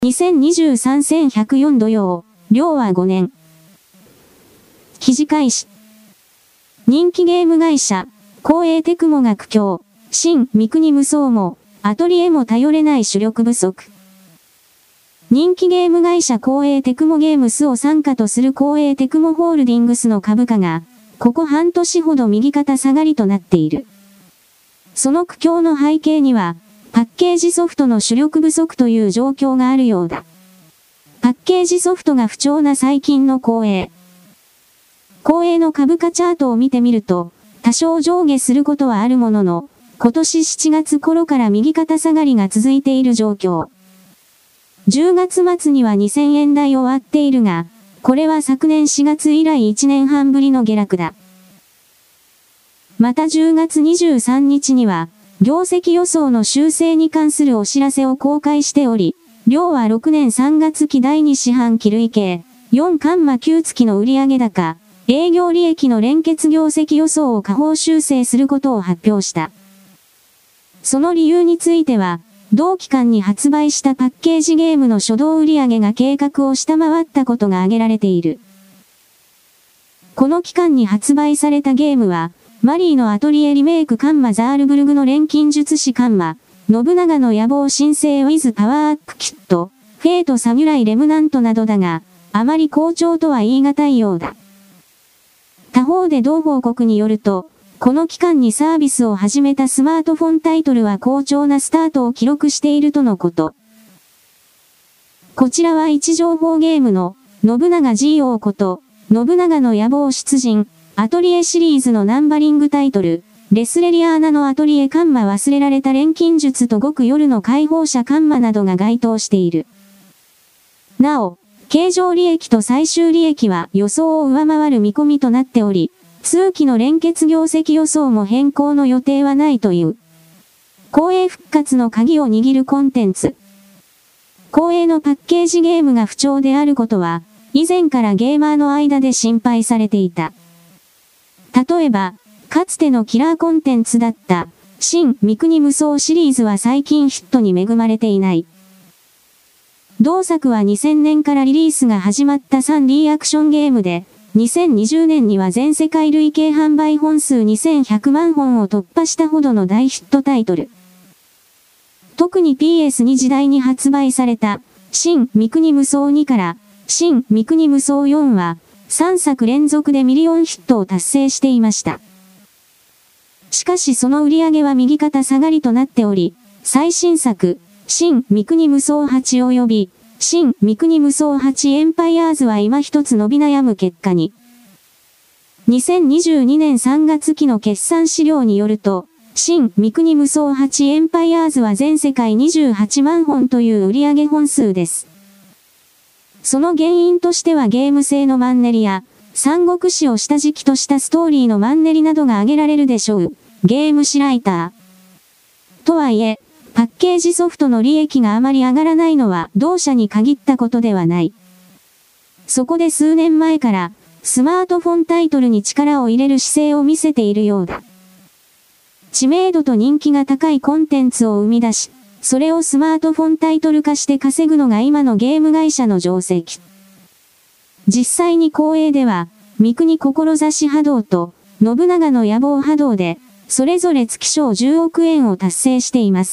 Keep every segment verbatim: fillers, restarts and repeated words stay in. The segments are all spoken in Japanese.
にせんにじゅうさん せんひゃくよん土曜、令和ごねん。記事開始。人気ゲーム会社、光栄テクモが苦境、新三国無双も、アトリエも頼れない主力不足。人気ゲーム会社光栄テクモゲームスを傘下とする光栄テクモホールディングスの株価が、ここ半年ほど右肩下がりとなっている。その苦境の背景には、パッケージソフトの主力不足という状況があるようだ。パッケージソフトが不調な最近の光栄。光栄の株価チャートを見てみると、多少上下することはあるものの、今年しちがつ頃から右肩下がりが続いている状況。じゅうがつ末にはにせんえん台を割っているが、これは昨年しがつ以来いちねんはんぶりの下落だ。またじゅうがつにじゅうさんにちには、業績予想の修正に関するお知らせを公開しており、令和ろくねんさんがつ期だいに四半期累計、よんカンマきゅう月の売上高、営業利益の連結業績予想を下方修正することを発表した。その理由については、同期間に発売したパッケージゲームの初動売上が計画を下回ったことが挙げられている。この期間に発売されたゲームは、マリーのアトリエリメイクカンマザールブルグの錬金術師カンマ、信長の野望新生ウィズパワーアップキット、フェイトサミュライレムナントなどだが、あまり好調とは言い難いようだ。他方で同報告によると、この期間にサービスを始めたスマートフォンタイトルは好調なスタートを記録しているとのこと。こちらは位置情報ゲームの、信長 ジーオー こと、信長の野望出陣、アトリエシリーズのナンバリングタイトル、レスレリアーナのアトリエカンマ忘れられた錬金術と極夜の解放者カンマなどが該当している。なお、経常利益と最終利益は予想を上回る見込みとなっており、通期の連結業績予想も変更の予定はないという。光栄復活の鍵を握るコンテンツ。光栄のパッケージゲームが不調であることは、以前からゲーマーの間で心配されていた。例えば、かつてのキラーコンテンツだった、新三国無双シリーズは最近ヒットに恵まれていない。同作はにせんねんからリリースが始まった スリーディー アクションゲームで、にせんにじゅうねんには全世界累計販売本数にせんひゃくまんほんを突破したほどの大ヒットタイトル。特に ピーエスツー 時代に発売された、新三国無双にから、新三国無双よんは、さんさく連続でミリオンヒットを達成していました。しかしその売り上げは右肩下がりとなっており、最新作、新三国無双はち及び、新三国無双はちエンパイアーズは今一つ伸び悩む結果に。にせんにじゅうにねんさんがつ期の決算資料によると、新三国無双はちエンパイアーズは全世界にじゅうはちまんほんという売上本数です。その原因としてはゲーム性のマンネリや、三国志を下敷きとしたストーリーのマンネリなどが挙げられるでしょう。ゲーム誌ライター。とはいえ、パッケージソフトの利益があまり上がらないのは同社に限ったことではない。そこで数年前から、スマートフォンタイトルに力を入れる姿勢を見せているようだ。知名度と人気が高いコンテンツを生み出し、それをスマートフォンタイトル化して稼ぐのが今のゲーム会社の定石。実際に光栄では、三国志波動と、信長の野望波動で、それぞれ月賞じゅうおくえんを達成しています。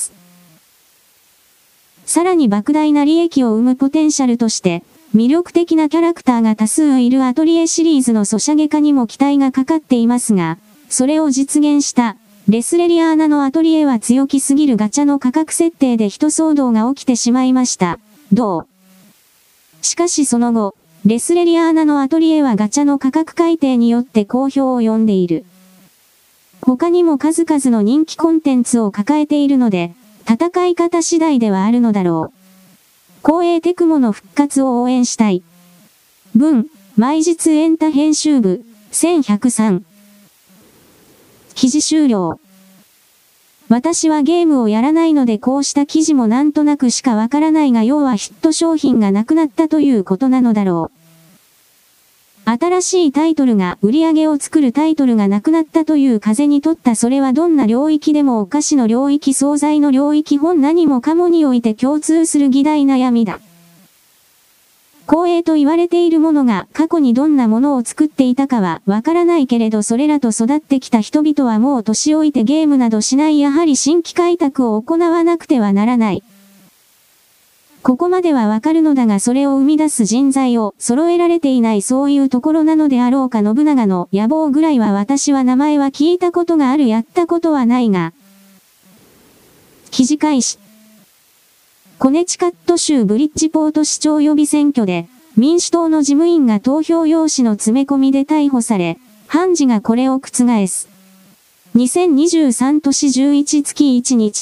さらに莫大な利益を生むポテンシャルとして、魅力的なキャラクターが多数いるアトリエシリーズのソシャゲ化にも期待がかかっていますが、それを実現した、レスレリアーナのアトリエは強気すぎるガチャの価格設定で一騒動が起きてしまいました。どう？しかしその後、レスレリアーナのアトリエはガチャの価格改定によって好評を呼んでいる。他にも数々の人気コンテンツを抱えているので、戦い方次第ではあるのだろう。光栄テクモの復活を応援したい。文、毎日エンタ編集部、せんひゃくさん。記事終了。私はゲームをやらないのでこうした記事もなんとなくしかわからないが要はヒット商品がなくなったということなのだろう。新しいタイトルが売り上げを作るタイトルがなくなったという風にとったそれはどんな領域でもお菓子の領域惣菜の領域本何もかもにおいて共通する議題悩みだ。 光栄と言われているものが過去にどんなものを作っていたかはわからないけれど、それらと育ってきた人々はもう年老いてゲームなどしない。やはり新規開拓を行わなくてはならない。ここまではわかるのだが、それを生み出す人材を揃えられていない、そういうところなのであろうか。信長の野望ぐらいは私は名前は聞いたことがある、やったことはないが。記事開始。コネチカット州ブリッジポート市長予備選挙で、民主党の事務員が投票用紙の詰め込みで逮捕され、判事がこれを覆す。にせんにじゅうさん年じゅういち月いち日。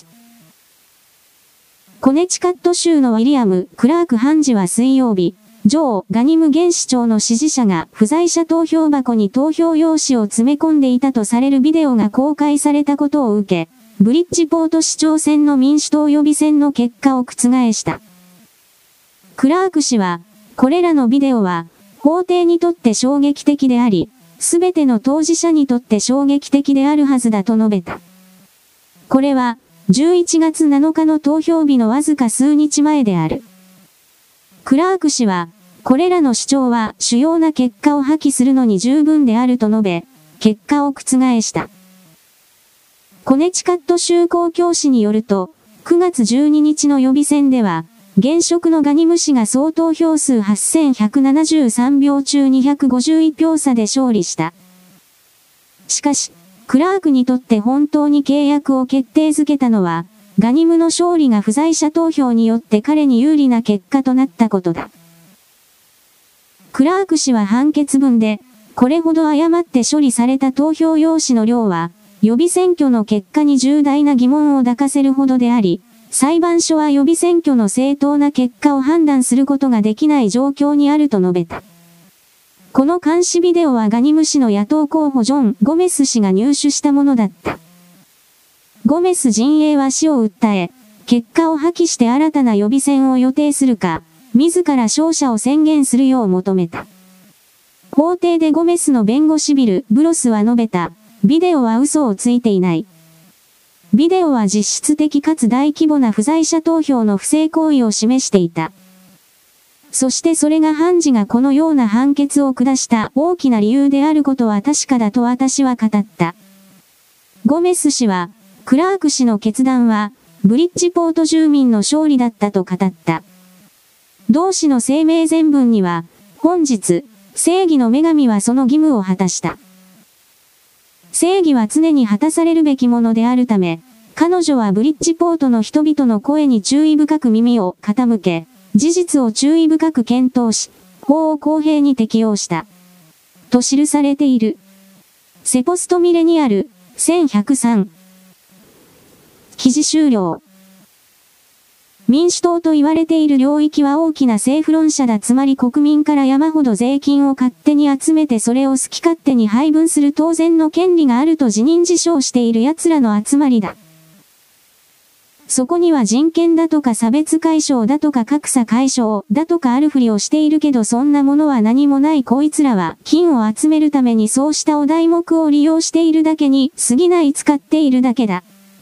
コネチカット州のウィリアム・クラーク判事は水曜日、ジョー・ガニム現市長の支持者が不在者投票箱に投票用紙を詰め込んでいたとされるビデオが公開されたことを受け、ブリッジポート市長選の民主党予備選の結果を覆した。クラーク氏は、これらのビデオは、法廷にとって衝撃的であり、すべての当事者にとって衝撃的であるはずだと述べた。これは、じゅういちがつなのかの投票日のわずか数日前である。クラーク氏は、これらの主張は主要な結果を破棄するのに十分であると述べ、結果を覆した。コネチカット州公共紙によると、くがつじゅうににちの予備選では、現職のガニム氏が総投票数はっせんひゃくななじゅうさんひょう中にひゃくごじゅういちひょう差で勝利した。しかし、クラークにとって本当に契約を決定づけたのは、ガニムの勝利が不在者投票によって彼に有利な結果となったことだ。クラーク氏は判決文で、これほど誤って処理された投票用紙の量は、予備選挙の結果に重大な疑問を抱かせるほどであり、裁判所は予備選挙の正当な結果を判断することができない状況にあると述べた。この監視ビデオはガニム氏の野党候補ジョン・ゴメス氏が入手したものだった。ゴメス陣営は死を訴え、結果を破棄して新たな予備選を予定するか、自ら勝者を宣言するよう求めた。法廷でゴメスの弁護士ビル・ブロスは述べた。ビデオは嘘をついていない。ビデオは実質的かつ大規模な不在者投票の不正行為を示していた。そしてそれが判事がこのような判決を下した大きな理由であることは確かだと私は語った。ゴメス氏は、クラーク氏の決断は、ブリッジポート住民の勝利だったと語った。同氏の声明全文には、本日、正義の女神はその義務を果たした。正義は常に果たされるべきものであるため、彼女はブリッジポートの人々の声に注意深く耳を傾け、事実を注意深く検討し、法を公平に適用した。と記されている。セポストミレニアル、せんひゃくさん。記事終了。民主党と言われている領域は大きな政府論者だ。つまり国民から山ほど税金を勝手に集めてそれを好き勝手に配分する当然の権利があると自認自称している奴らの集まりだ。そこには人権だとか差別解消だとか格差解消だとかあるふりをしているけどそんなものは何もない。こいつらは金を集めるためにそうしたお題目を利用しているだけに過ぎない使っているだけだ。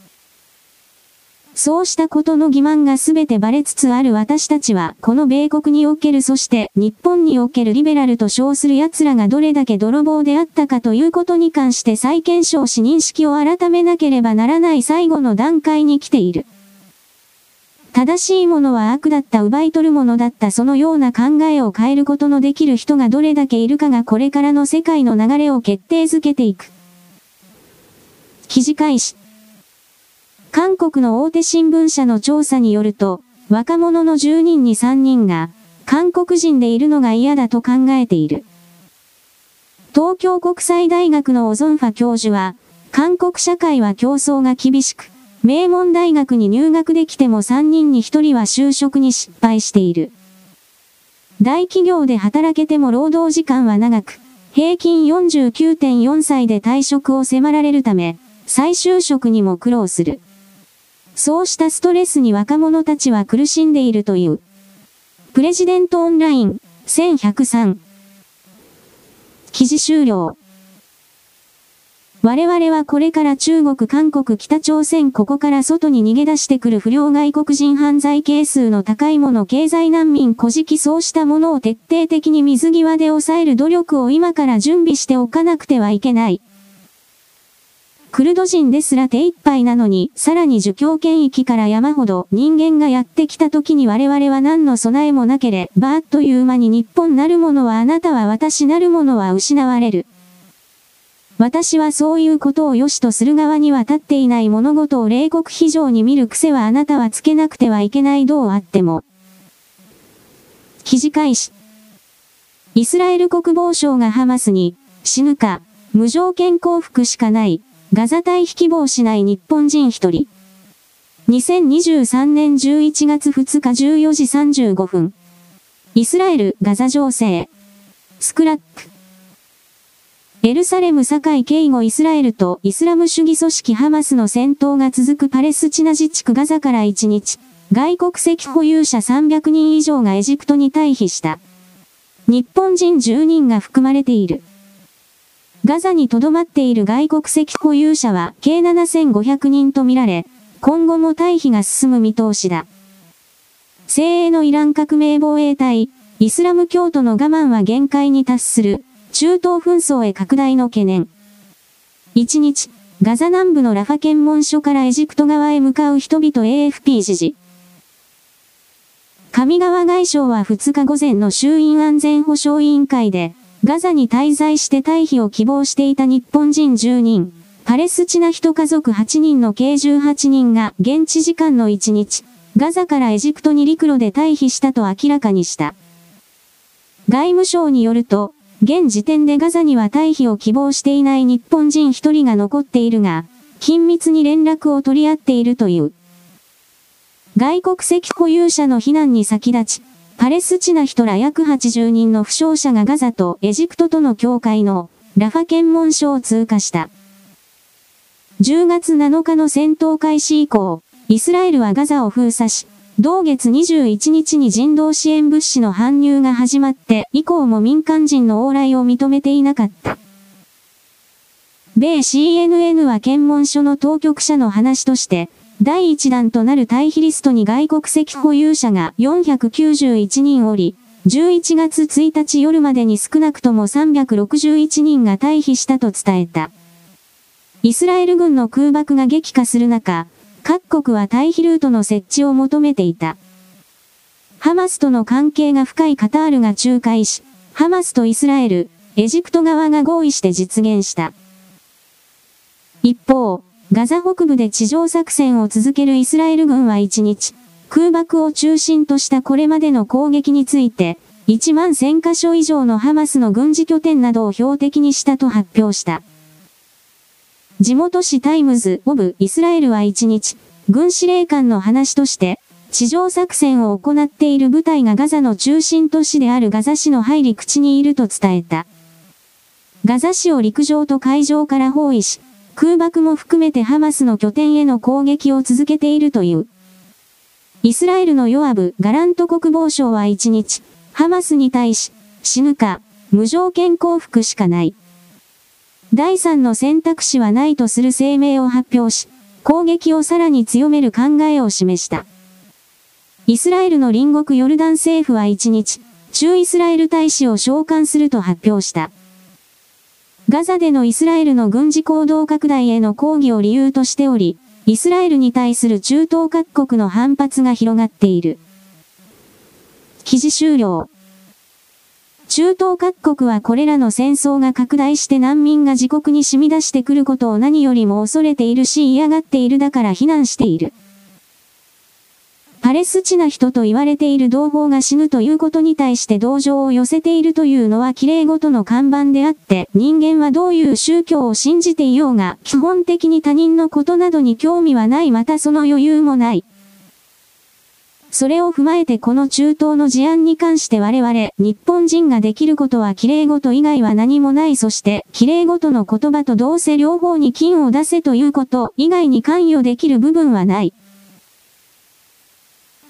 そうしたことの欺瞞がすべてバレつつある私たちは、この米国におけるそして日本におけるリベラルと称する奴らがどれだけ泥棒であったかということに関して再検証し認識を改めなければならない最後の段階に来ている。正しいものは悪だった、奪い取るものだった、そのような考えを変えることのできる人がどれだけいるかがこれからの世界の流れを決定づけていく。記事開始。韓国の大手新聞社の調査によると、若者のじゅうにんにさんにんが、韓国人でいるのが嫌だと考えている。東京国際大学のオゾンファ教授は、韓国社会は競争が厳しく、名門大学に入学できてもさんにんにひとりは就職に失敗している。大企業で働けても労働時間は長く、平均 よんじゅうきゅうてんよん 歳で退職を迫られるため、再就職にも苦労する。そうしたストレスに若者たちは苦しんでいるという。プレジデントオンライン、せんひゃくさん。記事終了。 我々はこれから中国、韓国、北朝鮮ここから外に逃げ出してくる不良外国人犯罪係数の高いもの経済難民古事記そうしたものを徹底的に水際で抑える努力を今から準備しておかなくてはいけない。クルド人ですら手一杯なのに、さらに儒教圏域から山ほど人間がやってきた時に我々は何の備えもなければあっという間に日本なるものはあなたは私なるものは失われる。私はそういうことを良しとする側には立っていない物事を冷酷非常に見る癖はあなたはつけなくてはいけないどうあっても。記事開始。イスラエル国防省がハマスに死ぬか無条件降伏しかない。ガザ退避希望しない日本人一人。にせんにじゅうさんねんじゅういちがつふつかじゅうよじさんじゅうごふん。イスラエル、ガザ情勢。スクラップ。エルサレム境警護イスラエルとイスラム主義組織ハマスの戦闘が続くパレスチナ自治区ガザからいちにち、外国籍保有者さんびゃくにん以上がエジプトに退避した。日本人じゅうにんが含まれている。ガザに留まっている外国籍保有者は計ななせんごひゃくにんとみられ、今後も退避が進む見通しだ。精鋭のイラン革命防衛隊、イスラム教徒の我慢は限界に達する、中東紛争へ拡大の懸念。いちにち、ガザ南部のラファ検問所からエジプト側へ向かう人々 エーエフピー 時事。上川外相はふつか午前の衆院安全保障委員会で、ガザに滞在して退避を希望していた日本人じゅうにん、パレスチナ一家族はちにんの計じゅうはちにんが現地時間のいちにち、ガザからエジプトに陸路で退避したと明らかにした。外務省によると、現時点でガザには退避を希望していない日本人一人が残っているが、緊密に連絡を取り合っているという。外国籍保有者の避難に先立ち、パレスチナ人ら約はちじゅうにんの負傷者がガザとエジプトとの境界のラファ検問所を通過した。じゅうがつなのかの戦闘開始以降、イスラエルはガザを封鎖し、同月にじゅういちにちに人道支援物資の搬入が始まって以降も民間人の往来を認めていなかった。米 シーエヌエヌ は検問所の当局者の話として、だいいちだんとなる退避リストに外国籍保有者がよんひゃくきゅうじゅういちにんおり、じゅういちがつついたち夜までに少なくともさんびゃくろくじゅういちにんが退避したと伝えた。イスラエル軍の空爆が激化する中、各国は退避ルートの設置を求めていた。ハマスとの関係が深いカタールが仲介し、ハマスとイスラエル、エジプト側が合意して実現した。一方、ガザ北部で地上作戦を続けるイスラエル軍はいちにち、空爆を中心としたこれまでの攻撃について、いちまんせんかしょ以上のハマスの軍事拠点などを標的にしたと発表した。地元紙タイムズ・オブ・イスラエルはいちにち、軍司令官の話として、地上作戦を行っている部隊がガザの中心都市であるガザ市の入り口にいると伝えた。ガザ市を陸上と海上から包囲し、空爆も含めてハマスの拠点への攻撃を続けているという。イスラエルのヨアブ・ガラント国防相はいちにち、ハマスに対し、死ぬか、無条件降伏しかない。第三の選択肢はないとする声明を発表し、攻撃をさらに強める考えを示した。イスラエルの隣国ヨルダン政府はいちにち、駐イスラエル大使を召喚すると発表した。ガザでのイスラエルの軍事行動拡大への抗議を理由としており、イスラエルに対する中東各国の反発が広がっている。記事終了。中東各国はこれらの戦争が拡大して難民が自国に染み出してくることを何よりも恐れているし嫌がっているだから非難している。パレスチナ人と言われている同胞が死ぬということに対して同情を寄せているというのは綺麗事の看板であって、人間はどういう宗教を信じていようが、基本的に他人のことなどに興味はない、またその余裕もない。それを踏まえてこの中東の事案に関して我々、日本人ができることは綺麗事以外は何もない。そして、綺麗事の言葉とどうせ両方に金を出せということ以外に関与できる部分はない。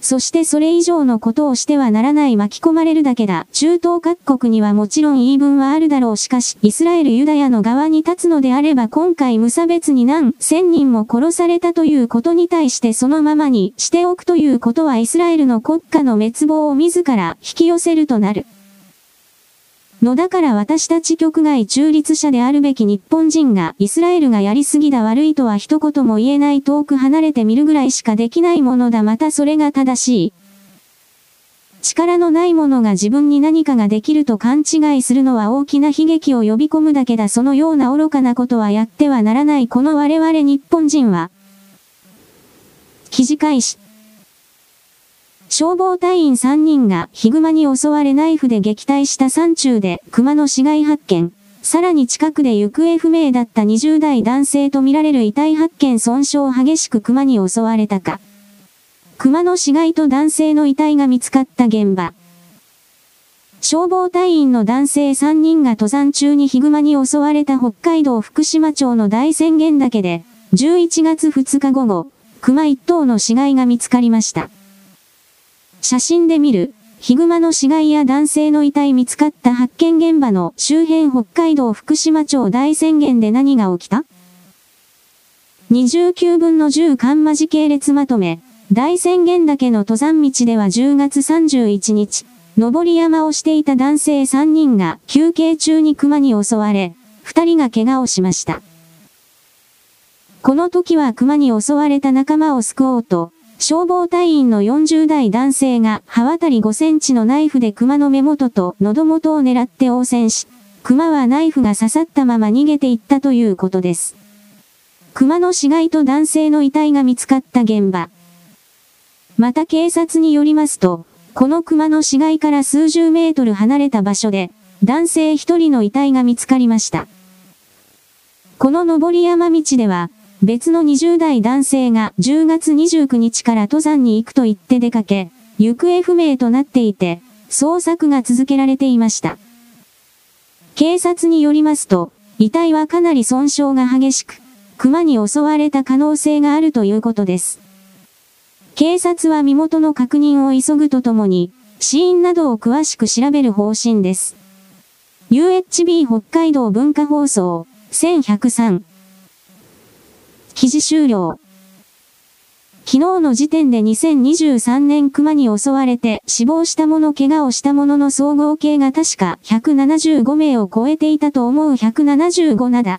そしてそれ以上のことをしてはならない巻き込まれるだけだ。中東各国にはもちろん言い分はあるだろう。しかし、イスラエル・ユダヤの側に立つのであれば今回無差別に何千人も殺されたということに対してそのままにしておくということはイスラエルの国家の滅亡を自ら引き寄せるとなる。のだから私たち局外中立者であるべき日本人がイスラエルがやりすぎだ悪いとは一言も言えない遠く離れてみるぐらいしかできないものだ。またそれが正しい。力のない者が自分に何かができると勘違いするのは大きな悲劇を呼び込むだけだ。そのような愚かなことはやってはならない。この我々日本人は記事開始。消防隊員さんにんがヒグマに襲われナイフで撃退した山中で熊の死骸発見。さらに近くで行方不明だったにじゅう代男性とみられる遺体発見。損傷激しく熊に襲われたか。熊の死骸と男性の遺体が見つかった現場。消防隊員の男性さんにんが登山中にヒグマに襲われた北海道福島町の大仙源岳でじゅういちがつふつか午後、熊いっ頭の死骸が見つかりました。写真で見る、ヒグマの死骸や男性の遺体見つかった発見現場の周辺北海道福島町大仙源で何が起きた ?にじゅうきゅうぶんのじゅうカンマ時系列まとめ、大仙源岳の登山道ではじゅうがつさんじゅういちにち、登り山をしていた男性さんにんが休憩中に熊に襲われ、ふたりが怪我をしました。この時は熊に襲われた仲間を救おうと、消防隊員のよんじゅう代男性が刃渡りごセンチのナイフで熊の目元と喉元を狙って応戦し、熊はナイフが刺さったまま逃げていったということです。熊の死骸と男性の遺体が見つかった現場。また警察によりますと、この熊の死骸から数十メートル離れた場所で、男性一人の遺体が見つかりました。この登山道では、別のにじゅう代男性がじゅうがつにじゅうくにちから登山に行くと言って出かけ、行方不明となっていて、捜索が続けられていました。警察によりますと、遺体はかなり損傷が激しく、熊に襲われた可能性があるということです。警察は身元の確認を急ぐとともに、死因などを詳しく調べる方針です。ユーエイチビー 北海道文化放送、せんひゃくさん。記事終了。昨日の時点でにせんにじゅうさんねん熊に襲われて死亡した者怪我をした者の総合計が確かひゃくななじゅうごめいを超えていたと思う。ひゃくななじゅうごなだ。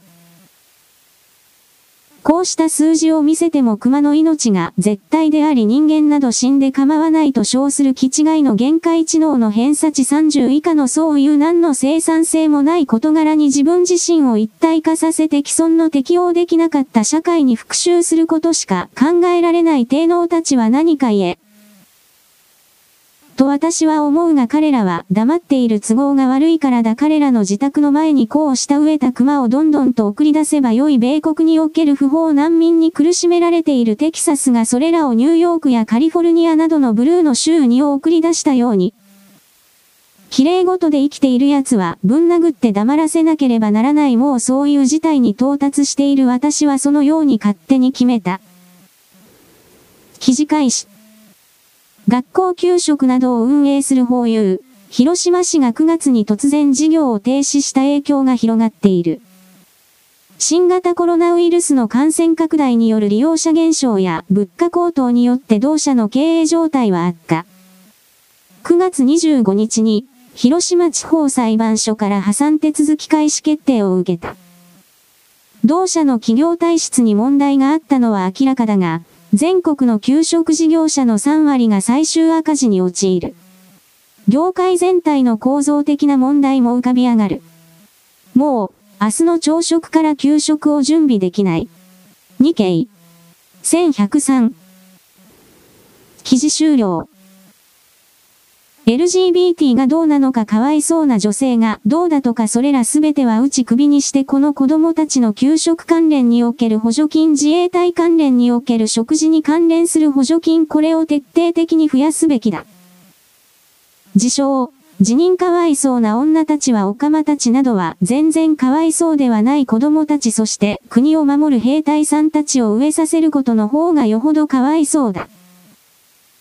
こうした数字を見せても熊の命が絶対であり人間など死んで構わないと称する気違いの限界知能の偏差値さんじゅう以下のそういう何の生産性もない事柄に自分自身を一体化させて既存の適応できなかった社会に復讐することしか考えられない低能たちは何か言え。と私は思うが彼らは黙っている都合が悪いからだ。彼らの自宅の前に子をした飢えた熊をどんどんと送り出せばよい。米国における不法難民に苦しめられているテキサスがそれらをニューヨークやカリフォルニアなどのブルーの州に送り出したように。綺麗事で生きている奴はぶん殴って黙らせなければならない。もうそういう事態に到達している。私はそのように勝手に決めた。記事開始。学校給食などを運営するホーユー、広島市がくがつに突然事業を停止した影響が広がっている。新型コロナウイルスの感染拡大による利用者減少や物価高騰によって同社の経営状態は悪化。くがつにじゅうごにちに、広島地方裁判所から破産手続き開始決定を受けた。同社の企業体質に問題があったのは明らかだが、全国の給食事業者のさんわりが最終赤字に陥る。業界全体の構造的な問題も浮かび上がる。もう、明日の朝食から給食を準備できない。日経。せんひゃくさん。記事終了。エルジービーティー がどうなのかかわいそうな女性がどうだとかそれらすべては打ち首にしてこの子供たちの給食関連における補助金自衛隊関連における食事に関連する補助金これを徹底的に増やすべきだ。自称、辞任かわいそうな女たちはオカマたちなどは全然かわいそうではない子供たちそして国を守る兵隊さんたちを飢えさせることの方がよほどかわいそうだ。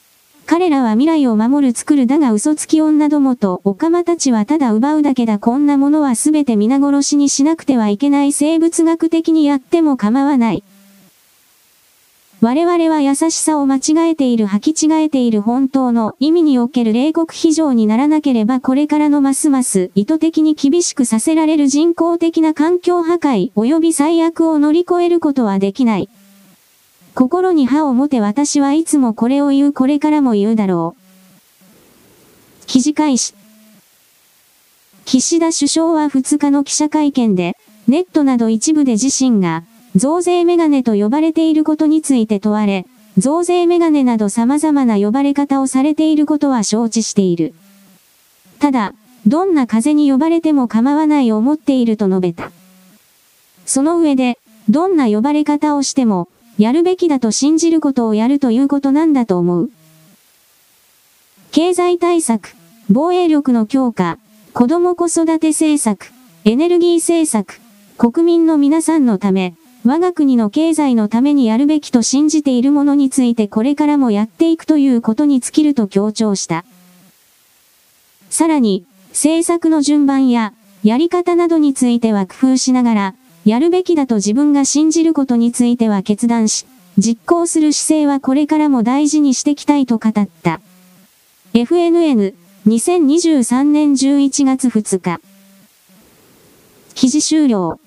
彼らは未来を守る作るだが嘘つき女どもとオカマたちはただ奪うだけだ。こんなものはすべて皆殺しにしなくてはいけない。生物学的にやっても構わない。我々は優しさを間違えている、履き違えている。本当の意味における冷酷非常にならなければこれからのますます意図的に厳しくさせられる人工的な環境破壊及び最悪を乗り越えることはできない。心に歯を持て。私はいつもこれを言う。これからも言うだろう。記事開始。岸田首相はふつかの記者会見で、ネットなど一部で自身が、増税メガネと呼ばれていることについて問われ、増税メガネなど様々な呼ばれ方をされていることは承知している。ただ、どんな風に呼ばれても構わない思っていると述べた。その上で、どんな呼ばれ方をしても、やるべきだと信じることをやるということなんだと思う。経済対策、防衛力の強化、子ども子育て政策、エネルギー政策、国民の皆さんのため、我が国の経済のためにやるべきと信じているものについてこれからもやっていくということに尽きると強調した。さらに、政策の順番や、やり方などについては工夫しながら、やるべきだと自分が信じることについては決断し、実行する姿勢はこれからも大事にしていきたいと語った。エフエヌエヌ、にせんにじゅうさんねんじゅういちがつふつか。記事終了。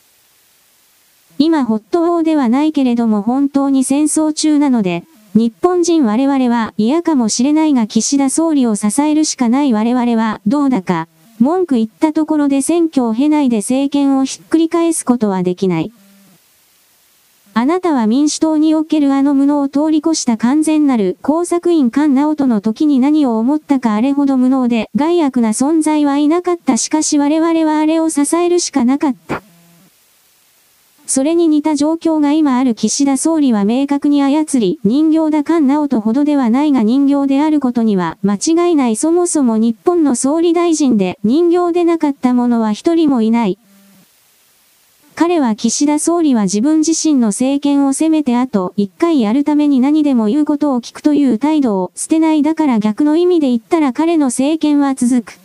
今ホット王ではないけれども本当に戦争中なので、日本人我々は嫌かもしれないが岸田総理を支えるしかない。我々はどうだか。文句言ったところで選挙を経ないで政権をひっくり返すことはできない。あなたは民主党におけるあの無能を通り越した完全なる工作員菅直人の時に何を思ったか。あれほど無能で害悪な存在はいなかった。しかし我々はあれを支えるしかなかった。それに似た状況が今ある岸田総理は明確に操り、人形だ菅直人ほどではないが人形であることには間違いない。そもそも日本の総理大臣で人形でなかった者は一人もいない。彼は岸田総理は自分自身の政権を責めてあと一回やるために何でも言うことを聞くという態度を捨てない。だから逆の意味で言ったら彼の政権は続く。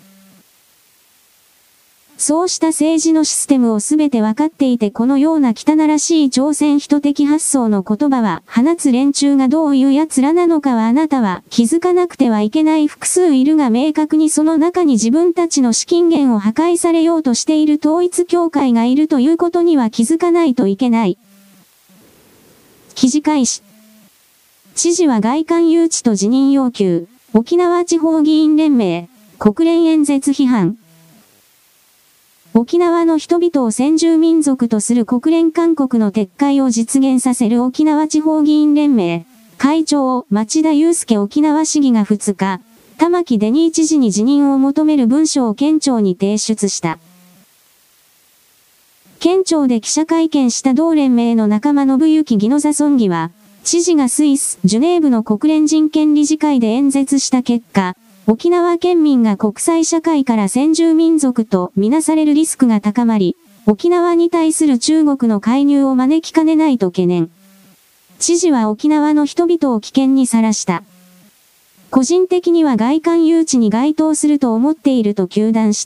そうした政治のシステムをすべて分かっていてこのような汚らしい朝鮮人的発想の言葉は放つ連中がどういう奴らなのかはあなたは気づかなくてはいけない。複数いるが明確にその中に自分たちの資金源を破壊されようとしている統一教会がいるということには気づかないといけない。記事開始。知事は外観誘致と辞任要求。沖縄地方議員連盟、国連演説批判。沖縄の人々を先住民族とする国連勧告の撤回を実現させる沖縄地方議員連盟、会長、町田祐介沖縄市議がふつか、玉城デニー知事に辞任を求める文書を県庁に提出した。県庁で記者会見した同連盟の仲間信行宜野座村議は、知事がスイス、ジュネーブの国連人権理事会で演説した結果、沖縄県民が国際社会から先住民族とみなされるリスクが高まり、沖縄に対する中国の介入を招きかねないと懸念。知事は沖縄の人々を危険にさらした。個人的には外観誘致に該当すると思っていると糾弾した。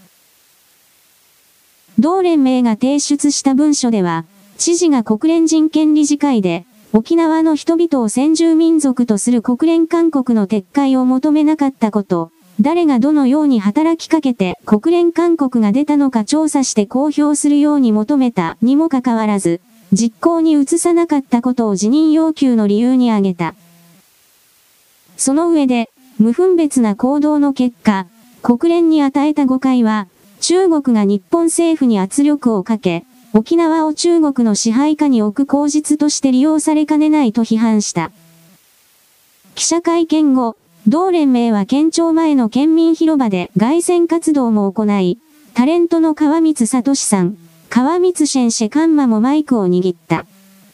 同連盟が提出した文書では、知事が国連人権理事会で、沖縄の人々を先住民族とする国連勧告の撤回を求めなかったこと、誰がどのように働きかけて国連勧告が出たのか調査して公表するように求めたにもかかわらず、実行に移さなかったことを辞任要求の理由に挙げた。その上で、無分別な行動の結果、国連に与えた誤解は、中国が日本政府に圧力をかけ、沖縄を中国の支配下に置く口実として利用されかねないと批判した。記者会見後、同連盟は県庁前の県民広場で凱旋活動も行い、タレントの川光聡さん、川光シェンシェカンマもマイクを握った。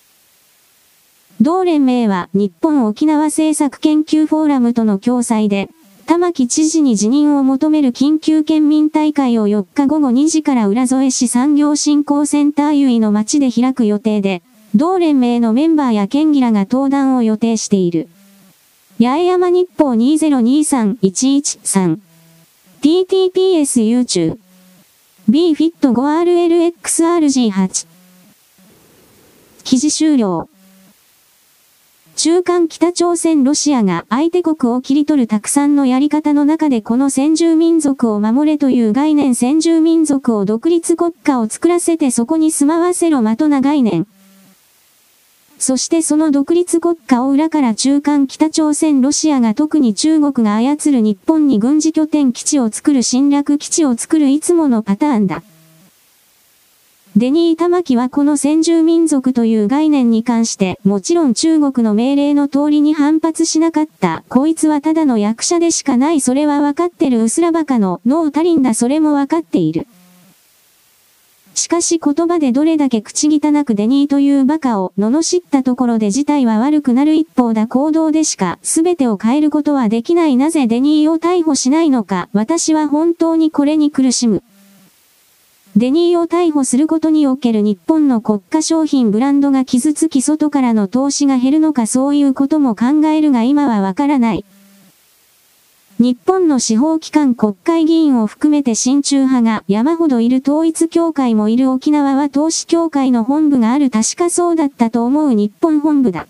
同連盟は日本沖縄政策研究フォーラムとの共催で、玉城知事に辞任を求める緊急県民大会をよっかごごにじから浦添市産業振興センター由比の町で開く予定で、同連盟のメンバーや県議らが登壇を予定している。 八重山日報 にせんにじゅうさん いちいちさん。ティーティーピーエス YouTube。B フィット ごアールエルエックスアールジーはち。記事終了。中間北朝鮮ロシアが相手国を切り取るたくさんのやり方の中でこの先住民族を守れという概念先住民族を独立国家を作らせてそこに住まわせろまとな概念。そしてその独立国家を裏から中間北朝鮮ロシアが特に中国が操る日本に軍事拠点基地を作る侵略基地を作るいつものパターンだ。デニー・タマキはこの先住民族という概念に関してもちろん中国の命令の通りに反発しなかった。こいつはただの役者でしかないそれはわかってるうすらバカの脳足りんだそれもわかっている。しかし言葉でどれだけ口汚くデニーというバカを罵ったところで事態は悪くなる一方だ行動でしか全てを変えることはできないなぜデニーを逮捕しないのか私は本当にこれに苦しむ。デニーを逮捕することにおける日本の国家商品ブランドが傷つき外からの投資が減るのかそういうことも考えるが今はわからない。日本の司法機関国会議員を含めて親中派が山ほどいる統一協会もいる沖縄は投資協会の本部がある確かそうだったと思う日本本部だ。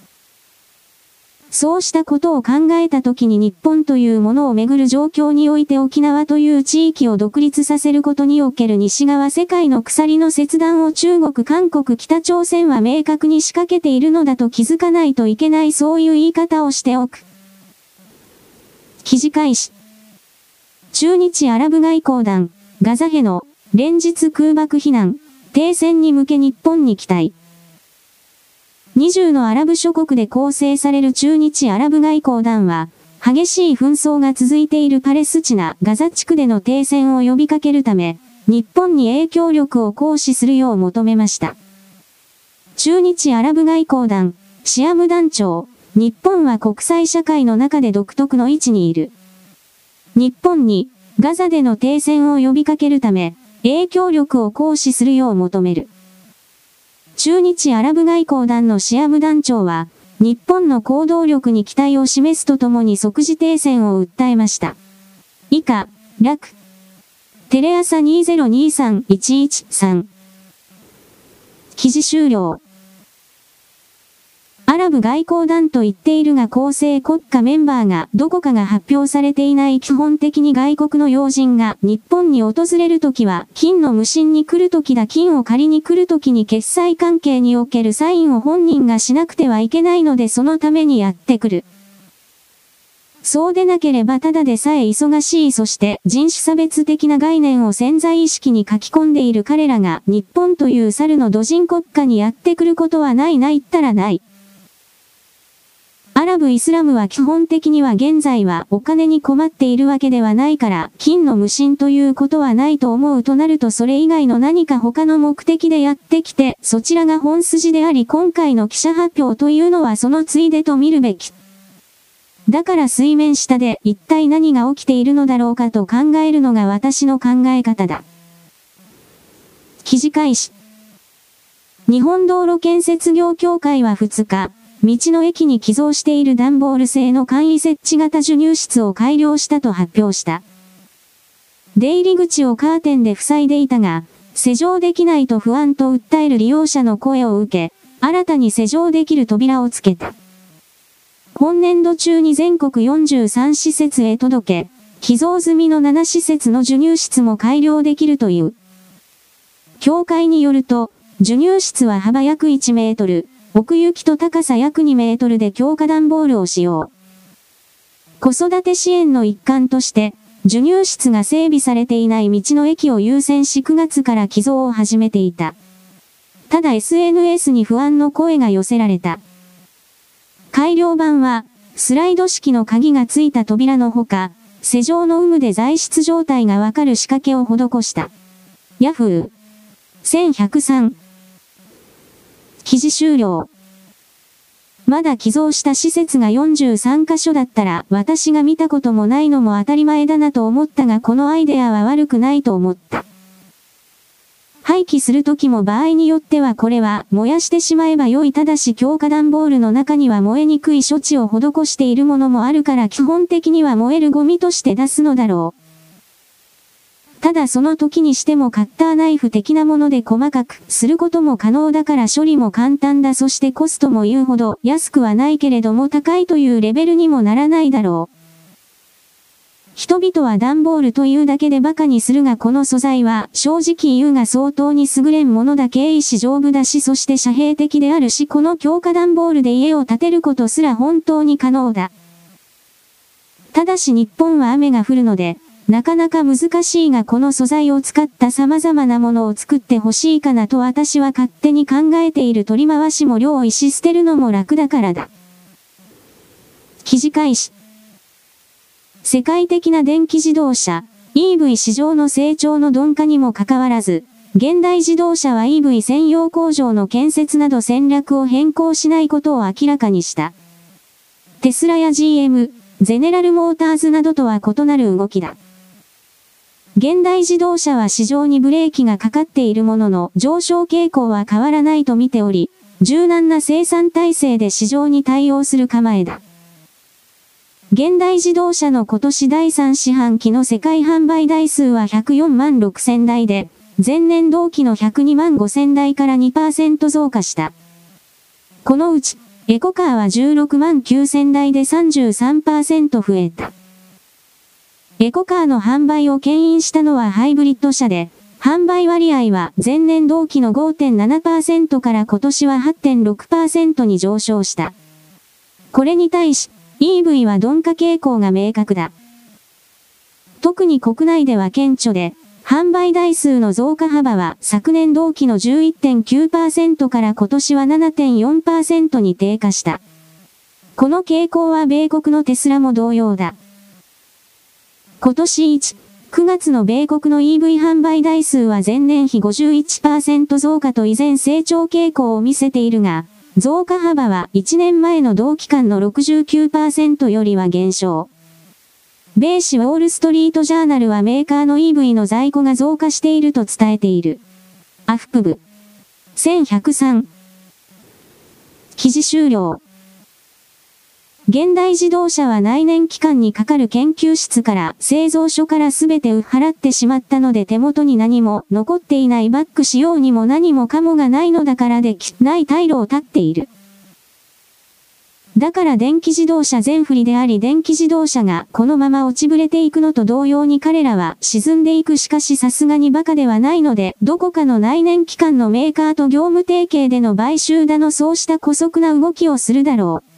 そうしたことを考えたときに日本というものをめぐる状況において沖縄という地域を独立させることにおける西側世界の鎖の切断を中国、韓国、北朝鮮は明確に仕掛けているのだと気づかないといけないそういう言い方をしておく。記事開始。駐日アラブ外交団、ガザへの連日空爆非難、停戦に向け日本に期待。にじゅうのアラブ諸国で構成される駐日アラブ外交団は、激しい紛争が続いているパレスチナ、ガザ地区での停戦を呼びかけるため、日本に影響力を行使するよう求めました。駐日アラブ外交団、シアム団長、日本は国際社会の中で独特の位置にいる。日本にガザでの停戦を呼びかけるため、影響力を行使するよう求める。駐日アラブ外交団のシアム団長は、日本の行動力に期待を示すとともに即時停戦を訴えました。以下、楽。テレ朝 にせんにじゅうさん いちいちさん。記事終了。アラブ外交団と言っているが構成国家メンバーがどこかが発表されていない基本的に外国の要人が日本に訪れるときは金の無心に来るときだ金を借りに来るときに決済関係におけるサインを本人がしなくてはいけないのでそのためにやってくる。そうでなければただでさえ忙しいそして人種差別的な概念を潜在意識に書き込んでいる彼らが日本という猿の土人国家にやってくることはないな言ったらない。アラブ・イスラムは基本的には現在はお金に困っているわけではないから金の無心ということはないと思うとなるとそれ以外の何か他の目的でやってきてそちらが本筋であり今回の記者発表というのはそのついでと見るべき。だから水面下で一体何が起きているのだろうかと考えるのが私の考え方だ。記事開始。日本道路建設業協会はふつか、道の駅に寄贈している段ボール製の簡易設置型授乳室を改良したと発表した。出入り口をカーテンで塞いでいたが、施錠できないと不安と訴える利用者の声を受け、新たに施錠できる扉をつけた。本年度中に全国よんじゅうさんしせつへ届け、寄贈済みのななしせつの授乳室も改良できるという。協会によると、授乳室は幅約いちメートル。奥行きと高さ約にメートルで強化段ボールを使用。子育て支援の一環として、授乳室が整備されていない道の駅を優先しくがつから寄贈を始めていた。ただ エスエヌエス に不安の声が寄せられた。改良版は、スライド式の鍵がついた扉のほか、施錠の有無で材質状態がわかる仕掛けを施した。ヤフー。せんひゃくさん。記事終了。まだ寄贈した施設がよんじゅうさんかしょだったら私が見たこともないのも当たり前だなと思ったがこのアイデアは悪くないと思った。 廃棄するときも場合によってはこれは燃やしてしまえば良い。ただし強化段ボールの中には燃えにくい処置を施しているものもあるから基本的には燃えるゴミとして出すのだろう。ただその時にしてもカッターナイフ的なもので細かくすることも可能だから処理も簡単だ。そしてコストも言うほど安くはないけれども高いというレベルにもならないだろう。人々は段ボールというだけで馬鹿にするがこの素材は正直言うが相当に優れんものだ。軽いし丈夫だしそして遮蔽的であるしこの強化段ボールで家を建てることすら本当に可能だ。ただし日本は雨が降るのでなかなか難しいがこの素材を使った様々なものを作ってほしいかなと私は勝手に考えている。取り回しも量石捨てるのも楽だからだ。記事開始。世界的な電気自動車、イーブイ 市場の成長の鈍化にもかかわらず、現代自動車は イーブイ 専用工場の建設など戦略を変更しないことを明らかにした。テスラや ジーエム、ゼネラルモーターズなどとは異なる動きだ。現代自動車は市場にブレーキがかかっているものの上昇傾向は変わらないと見ており、柔軟な生産体制で市場に対応する構えだ。現代自動車の今年だいさん四半期の世界販売台数はひゃくよんまんろくせんだいで、前年同期のひゃくにまんごせんだいから にパーセント 増加した。このうち、エコカーはじゅうろくまんきゅうせんだいで さんじゅうさんパーセント 増えた。エコカーの販売を牽引したのはハイブリッド車で、販売割合は前年同期の ごてんななパーセント から今年は はちてんろくパーセント に上昇した。これに対し、イーブイ は鈍化傾向が明確だ。特に国内では顕著で、販売台数の増加幅は昨年同期の じゅういってんきゅうパーセント から今年は ななてんよんパーセント に低下した。この傾向は米国のテスラも同様だ。今年いち、くがつの米国の イーブイ 販売台数は前年比 ごじゅういちパーセント 増加と依然成長傾向を見せているが、増加幅はいちねんまえの同期間の ろくじゅうきゅうパーセント よりは減少。米紙ウォールストリートジャーナルはメーカーの イーブイ の在庫が増加していると伝えている。アフプ部。せんひゃくさん。記事終了。現代自動車は内燃機関にかかる研究室から製造所からすべて売っ払ってしまったので手元に何も残っていないバックしようにも何もかもがないのだからできない退路を断っている。だから電気自動車全振りであり電気自動車がこのまま落ちぶれていくのと同様に彼らは沈んでいく。しかしさすがにバカではないのでどこかの内燃機関のメーカーと業務提携での買収だのそうした姑息な動きをするだろう。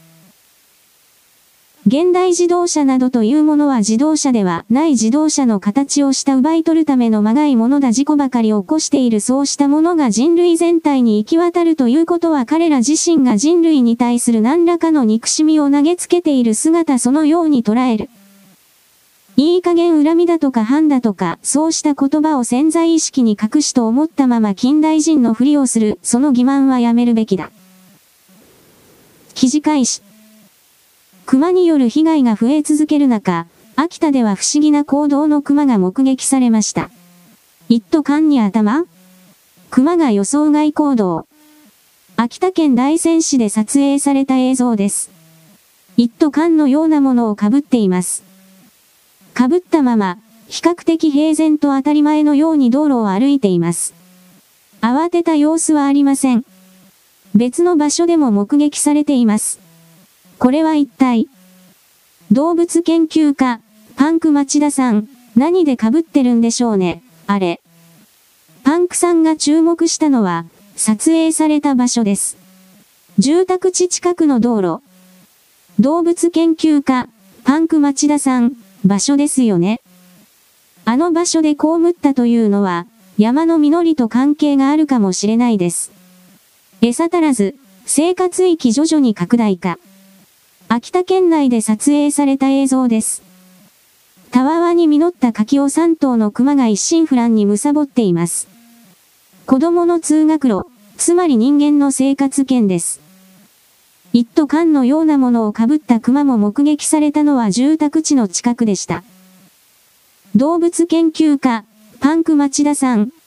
現代自動車などというものは自動車ではない自動車の形をした奪い取るためのまがいものだ。事故ばかり起こしているそうしたものが人類全体に行き渡るということは彼ら自身が人類に対する何らかの憎しみを投げつけている姿そのように捉える。いい加減恨みだとか反だとかそうした言葉を潜在意識に隠しと思ったまま近代人のふりをするその欺瞞はやめるべきだ。記事開始。熊による被害が増え続ける中、秋田では不思議な行動の熊が目撃されました。一斗缶に頭？熊が予想外行動。秋田県大仙市で撮影された映像です。一斗缶のようなものをかぶっています。かぶったまま、比較的平然と当たり前のように道路を歩いています。慌てた様子はありません。別の場所でも目撃されています。これは一体。動物研究家、パンク町田さん、何で被ってるんでしょうね、あれ。パンクさんが注目したのは、撮影された場所です。住宅地近くの道路。動物研究家、パンク町田さん、場所ですよね。あの場所で被ったというのは、山の実りと関係があるかもしれないです。餌足らず、生活域徐々に拡大化。秋田県内で撮影された映像です。たわわに実った柿をさん頭の熊が一心不乱に貪っています。子供の通学路、つまり人間の生活圏です。一斗缶のようなものをかぶった熊も目撃されたのは住宅地の近くでした。動物研究家、パンク町田さん、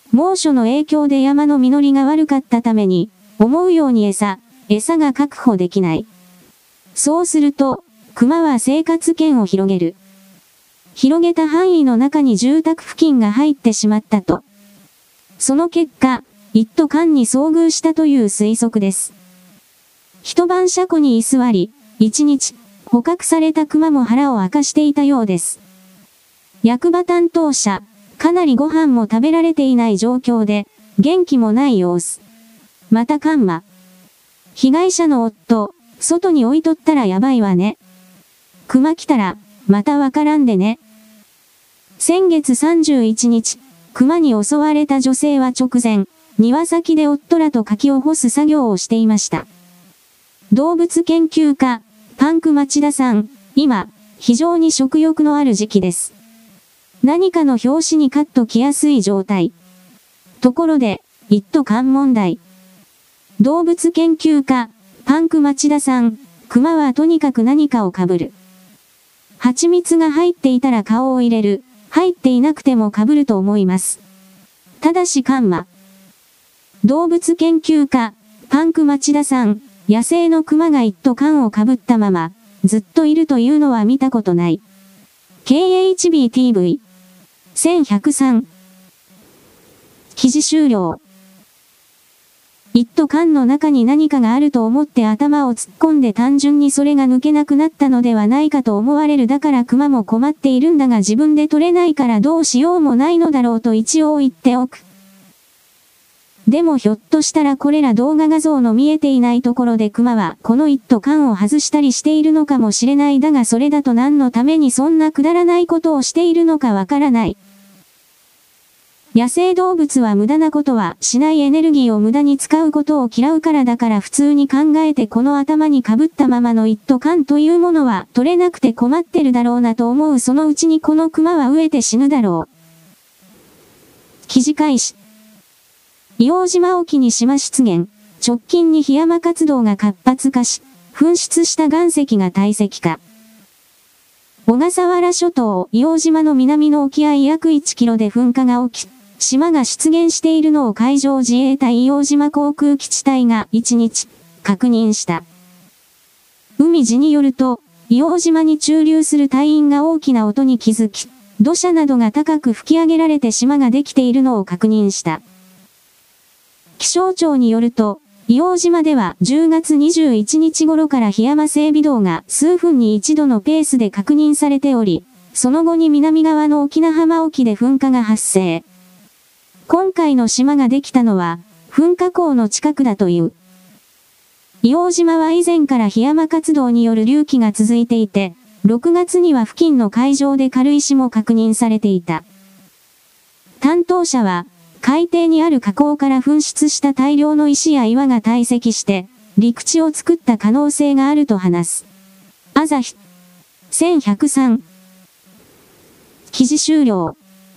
猛暑の影響で山の実りが悪かったために、思うように餌、餌が確保できない。そうすると、熊は生活圏を広げる。広げた範囲の中に住宅付近が入ってしまったと。その結果、一斗缶に遭遇したという推測です。一晩車庫に居座り、一日、捕獲された熊も腹を明かしていたようです。役場担当者、かなりご飯も食べられていない状況で、元気もない様子。またカンマ。被害者の夫、外に置いとったらやばいわね。熊来たら、またわからんでね。先月さんじゅういちにち、熊に襲われた女性は直前、庭先で夫らと柿を干す作業をしていました。動物研究家、パンク町田さん、今、非常に食欲のある時期です。何かの拍子にカッと来やすい状態。ところで、一斗缶問題。動物研究家、パンク町田さん、熊はとにかく何かを被る。蜂蜜が入っていたら顔を入れる。入っていなくても被ると思います。ただしカンマ。動物研究家、パンク町田さん、野生の熊が一斗缶を被ったまま、ずっといるというのは見たことない。ケーエイチビーティーブイ。せんひゃくさん。記事終了。一斗缶の中に何かがあると思って頭を突っ込んで単純にそれが抜けなくなったのではないかと思われる。だから熊も困っているんだが自分で取れないからどうしようもないのだろうと一応言っておく。でもひょっとしたらこれら動画画像の見えていないところで熊はこの一斗缶を外したりしているのかもしれない。だがそれだと何のためにそんなくだらないことをしているのかわからない。野生動物は無駄なことはしない。エネルギーを無駄に使うことを嫌うからだから普通に考えてこの頭に被ったままの一斗缶というものは取れなくて困ってるだろうなと思う。そのうちにこの熊は飢えて死ぬだろう。記事開始。硫黄島沖に島出現。直近に檜山活動が活発化し、噴出した岩石が堆積化。小笠原諸島硫黄島の南の沖合約いちキロで噴火が起き、島が出現しているのを海上自衛隊硫黄島航空基地隊がいちにち確認した。海事によると、硫黄島に駐留する隊員が大きな音に気づき、土砂などが高く吹き上げられて島ができているのを確認した。気象庁によると、硫黄島ではじゅうがつにじゅういちにち頃から檜山整備道が数分に一度のペースで確認されており、その後に南側の沖縄浜沖で噴火が発生。今回の島ができたのは、噴火口の近くだという。硫黄島は以前から檜山活動による隆起が続いていて、ろくがつには付近の海上で軽石も確認されていた。担当者は、海底にある河口から噴出した大量の石や岩が堆積して、陸地を作った可能性があると話す。朝日。せんひゃくさん。記事終了。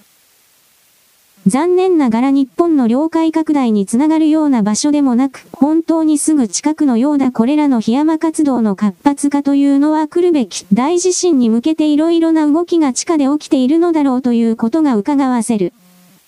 残念ながら日本の領海拡大につながるような場所でもなく、本当にすぐ近くのようだ。これらの檜山活動の活発化というのは来るべき大地震に向けていろいろな動きが地下で起きているのだろうということが伺わせる。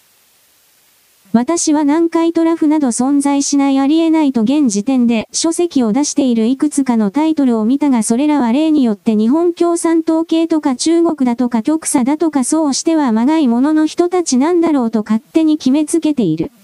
私は南海トラフなど存在しないありえないと現時点で書籍を出しているいくつかのタイトルを見たがそれらは例によって日本共産党系とか中国だとか極左だとかそうしてはまがいものの人たちなんだろうと勝手に決めつけている。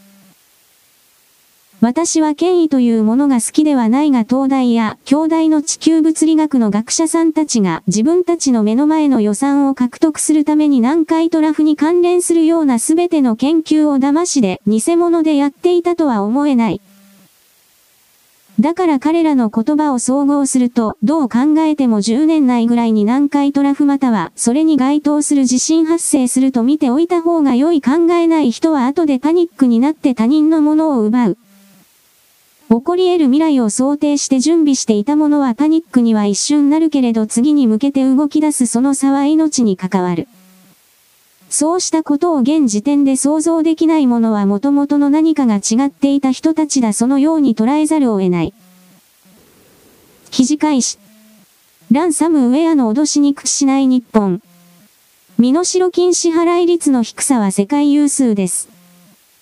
私は権威というものが好きではないが東大や京大の地球物理学の学者さんたちが自分たちの目の前の予算を獲得するために南海トラフに関連するようなすべての研究を騙しで偽物でやっていたとは思えない。だから彼らの言葉を総合するとどう考えてもじゅうねんないぐらいに南海トラフまたはそれに該当する地震発生すると見ておいた方が良い。考えない人は後でパニックになって他人のものを奪う。起こり得る未来を想定して準備していたものはパニックには一瞬なるけれど次に向けて動き出すその差は命に関わる。そうしたことを現時点で想像できないものは元々の何かが違っていた人たちだそのように捉えざるを得ない。記事開始。ランサムウェアの脅しに屈しない日本。身代金支払い率の低さは世界有数です。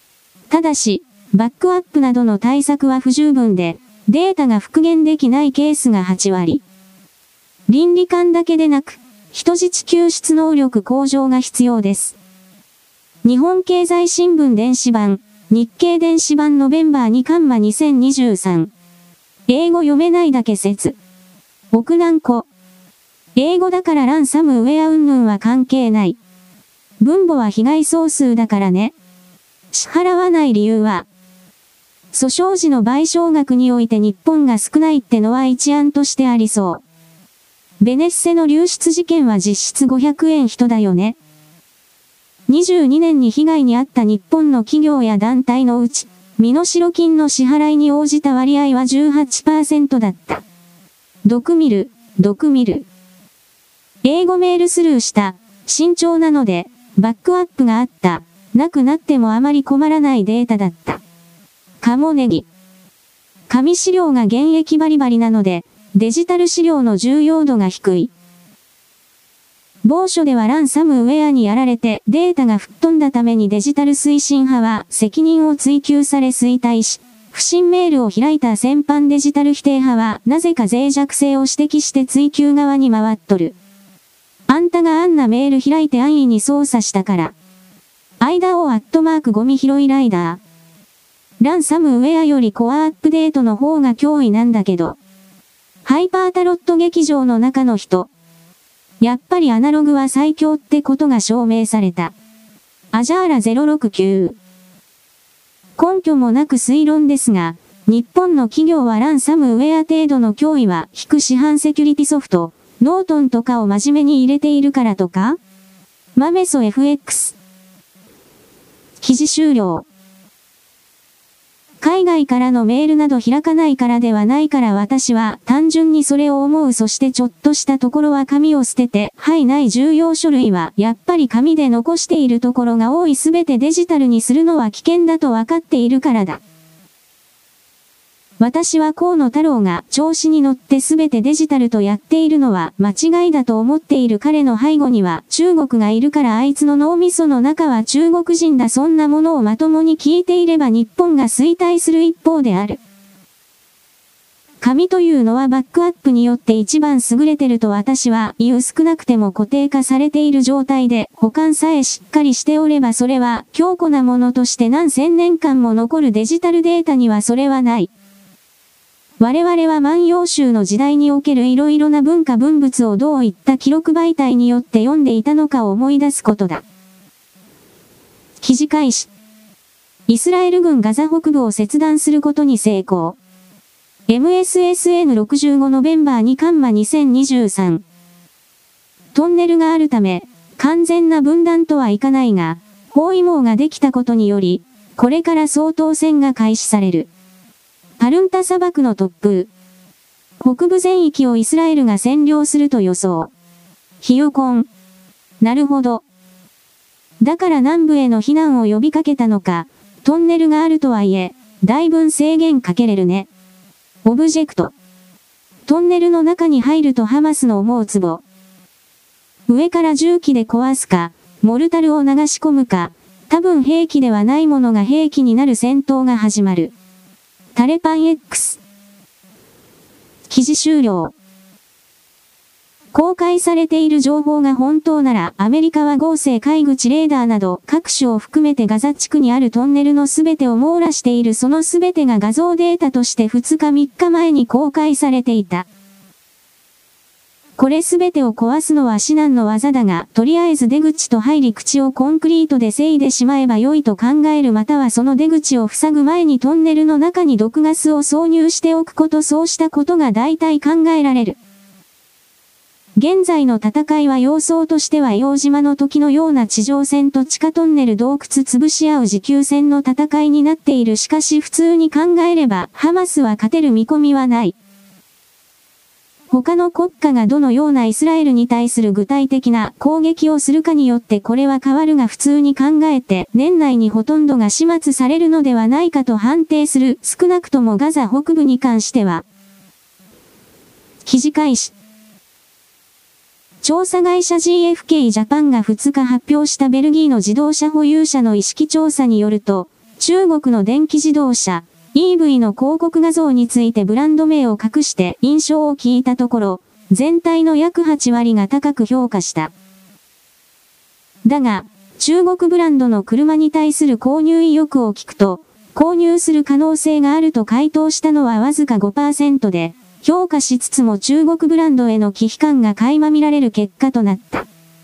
ただし、バックアップなどの対策は不十分で、データが復元できないケースがはちわり。倫理観だけでなく、人質救出能力向上が必要です。日本経済新聞電子版、日経電子版ノベンバーにカンマにせんにじゅうさん。英語読めないだけ説。奥南子。英語だからランサムウェア云々は関係ない。分母は被害総数だからね。支払わない理由は、訴訟時の賠償額において日本が少ないってのは一案としてありそう。ベネッセの流出事件は実質ごひゃくえん人だよね。にじゅうにねんに被害に遭った日本の企業や団体のうち、身代金の支払いに応じた割合は じゅうはちパーセント だった。毒見る、毒見る。英語メールスルーした。慎重なので、バックアップがあった。なくなってもあまり困らないデータだった。鴨ネギ。紙資料が現役バリバリなので、デジタル資料の重要度が低い。某所ではランサムウェアにやられてデータが吹っ飛んだためにデジタル推進派は責任を追及され衰退し、不審メールを開いた先般デジタル否定派はなぜか脆弱性を指摘して追及側に回っとる。あんたがあんなメール開いて安易に操作したから。間をアットマークゴミ拾いライダー。ランサムウェアよりコアアップデートの方が脅威なんだけど。ハイパータロット劇場の中の人。やっぱりアナログは最強ってことが証明された。アジャーラゼロろくきゅう。根拠もなく推論ですが、日本の企業はランサムウェア程度の脅威は引く市販セキュリティソフト、ノートンとかを真面目に入れているからとか？マメソ エフエックス。記事終了。海外からのメールなど開かないからではないから私は単純にそれを思う。そしてちょっとしたところは紙を捨てて、はいない重要書類はやっぱり紙で残しているところが多い。すべてデジタルにするのは危険だと分かっているからだ。私は河野太郎が調子に乗ってすべてデジタルとやっているのは間違いだと思っている。彼の背後には中国がいるからあいつの脳みその中は中国人だ。そんなものをまともに聞いていれば日本が衰退する一方である。紙というのはバックアップによって一番優れてると私は言う。少なくても固定化されている状態で保管さえしっかりしておればそれは強固なものとして何千年間も残る。デジタルデータにはそれはない。我々は万葉集の時代におけるいろいろな文化文物をどういった記録媒体によって読んでいたのかを思い出すことだ。記事開始。イスラエル軍ガザ北部を切断することに成功。エムエスエスエヌろくじゅうご ノベンバーにカンマにせんにじゅうさん。トンネルがあるため、完全な分断とはいかないが、包囲網ができたことにより、これから掃討戦が開始される。パルンタ砂漠の突風。北部全域をイスラエルが占領すると予想。ヒヨコン。なるほど。だから南部への避難を呼びかけたのか、トンネルがあるとはいえ、だいぶん制限かけれるね。オブジェクト。トンネルの中に入るとハマスの思うツボ。上から重機で壊すか、モルタルを流し込むか、多分兵器ではないものが兵器になる戦闘が始まる。タレパン X。記事終了。公開されている情報が本当なら、アメリカは合成海口レーダーなど各種を含めてガザ地区にあるトンネルのすべてを網羅している。そのすべてが画像データとしてふつかみっかまえに公開されていた。これすべてを壊すのは至難の技だが、とりあえず出口と入り口をコンクリートで塞いでしまえば良いと考える。またはその出口を塞ぐ前にトンネルの中に毒ガスを挿入しておくこと。そうしたことが大体考えられる。現在の戦いは様相としては硫黄島の時のような地上戦と地下トンネル洞窟潰し合う持久戦の戦いになっている。しかし普通に考えれば、ハマスは勝てる見込みはない。他の国家がどのようなイスラエルに対する具体的な攻撃をするかによってこれは変わるが、普通に考えて年内にほとんどが始末されるのではないかと判定する。少なくともガザ北部に関しては。記事開始。調査会社 ジーエフケー ジャパンがふつか発表したベルギーの自動車保有者の意識調査によると、 中国の電気自動車、イーブイ の広告画像についてブランド名を隠して印象を聞いたところ、全体の約はちわりが高く評価した。だが、中国ブランドの車に対する購入意欲を聞くと、購入する可能性があると回答したのはわずか ごパーセント で、評価しつつも中国ブランドへの忌避感が垣間見られる結果となった。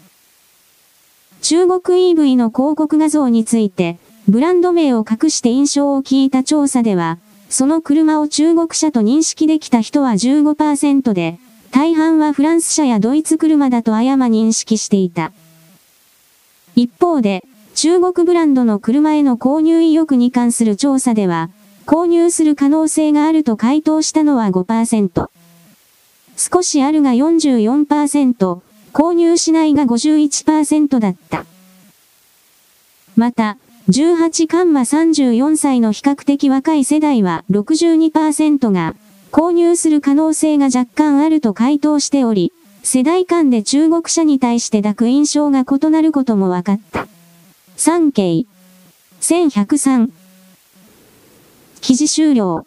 中国 イーブイ の広告画像について、ブランド名を隠して印象を聞いた調査では、その車を中国車と認識できた人は じゅうごパーセント で、大半はフランス車やドイツ車だと誤認識していた。一方で、中国ブランドの車への購入意欲に関する調査では、購入する可能性があると回答したのは ごパーセント。少しあるが よんじゅうよんパーセント、購入しないが ごじゅういちパーセント だった。また、じゅうはちからさんじゅうよんさいの比較的若い世代は ろくじゅうにパーセント が、購入する可能性が若干あると回答しており、世代間で中国車に対して抱く印象が異なることも分かった。産経せんひゃくさん記事終了。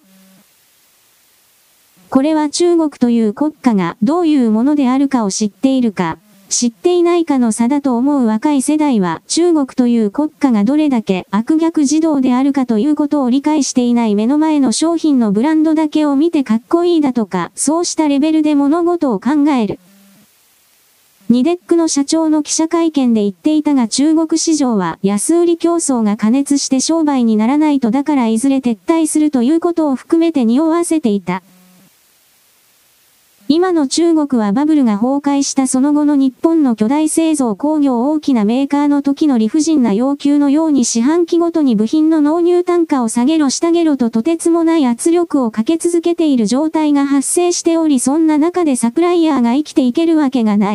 これは中国という国家がどういうものであるかを知っているか、知っていないかの差だと思う若い世代は中国という国家がどれだけ悪逆自動であるかということを理解していない目の前の商品のブランドだけを見てかっこいいだとか、そうしたレベルで物事を考える。ニデックの社長の記者会見で言っていたが中国市場は安売り競争が過熱して商売にならないとだからいずれ撤退するということを含めて匂わせていた。今の中国はバブルが崩壊したその後の日本の巨大製造工業大きなメーカーの時の理不尽な要求のように四半期ごとに部品の納入単価を下げろ下げろととてつもない圧力をかけ続けている状態が発生しておりそんな中でサプライヤーが生きていけるわけがない。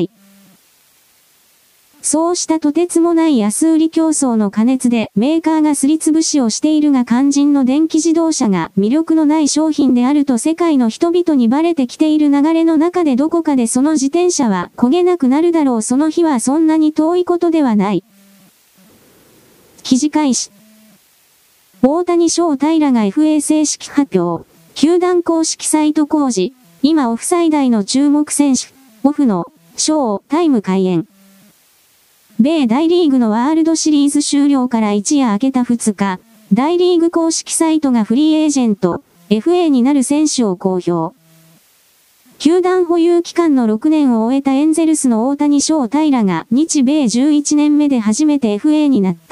そうしたとてつもない安売り競争の過熱でメーカーがすりつぶしをしているが肝心の電気自動車が魅力のない商品であると世界の人々にバレてきている流れの中でどこかでその自転車は焦げなくなるだろうその日はそんなに遠いことではない。記事開始。大谷翔平が エフエー 正式発表。球団公式サイト工事。今オフ最大の注目選手。オフの翔タイム開演。米大リーグのワールドシリーズ終了から一夜明けたふつか、大リーグ公式サイトがフリーエージェント、エフエー になる選手を公表。球団保有期間のろくねんを終えたエンゼルスの大谷翔平が日米じゅういちねんめで初めて エフエー になった。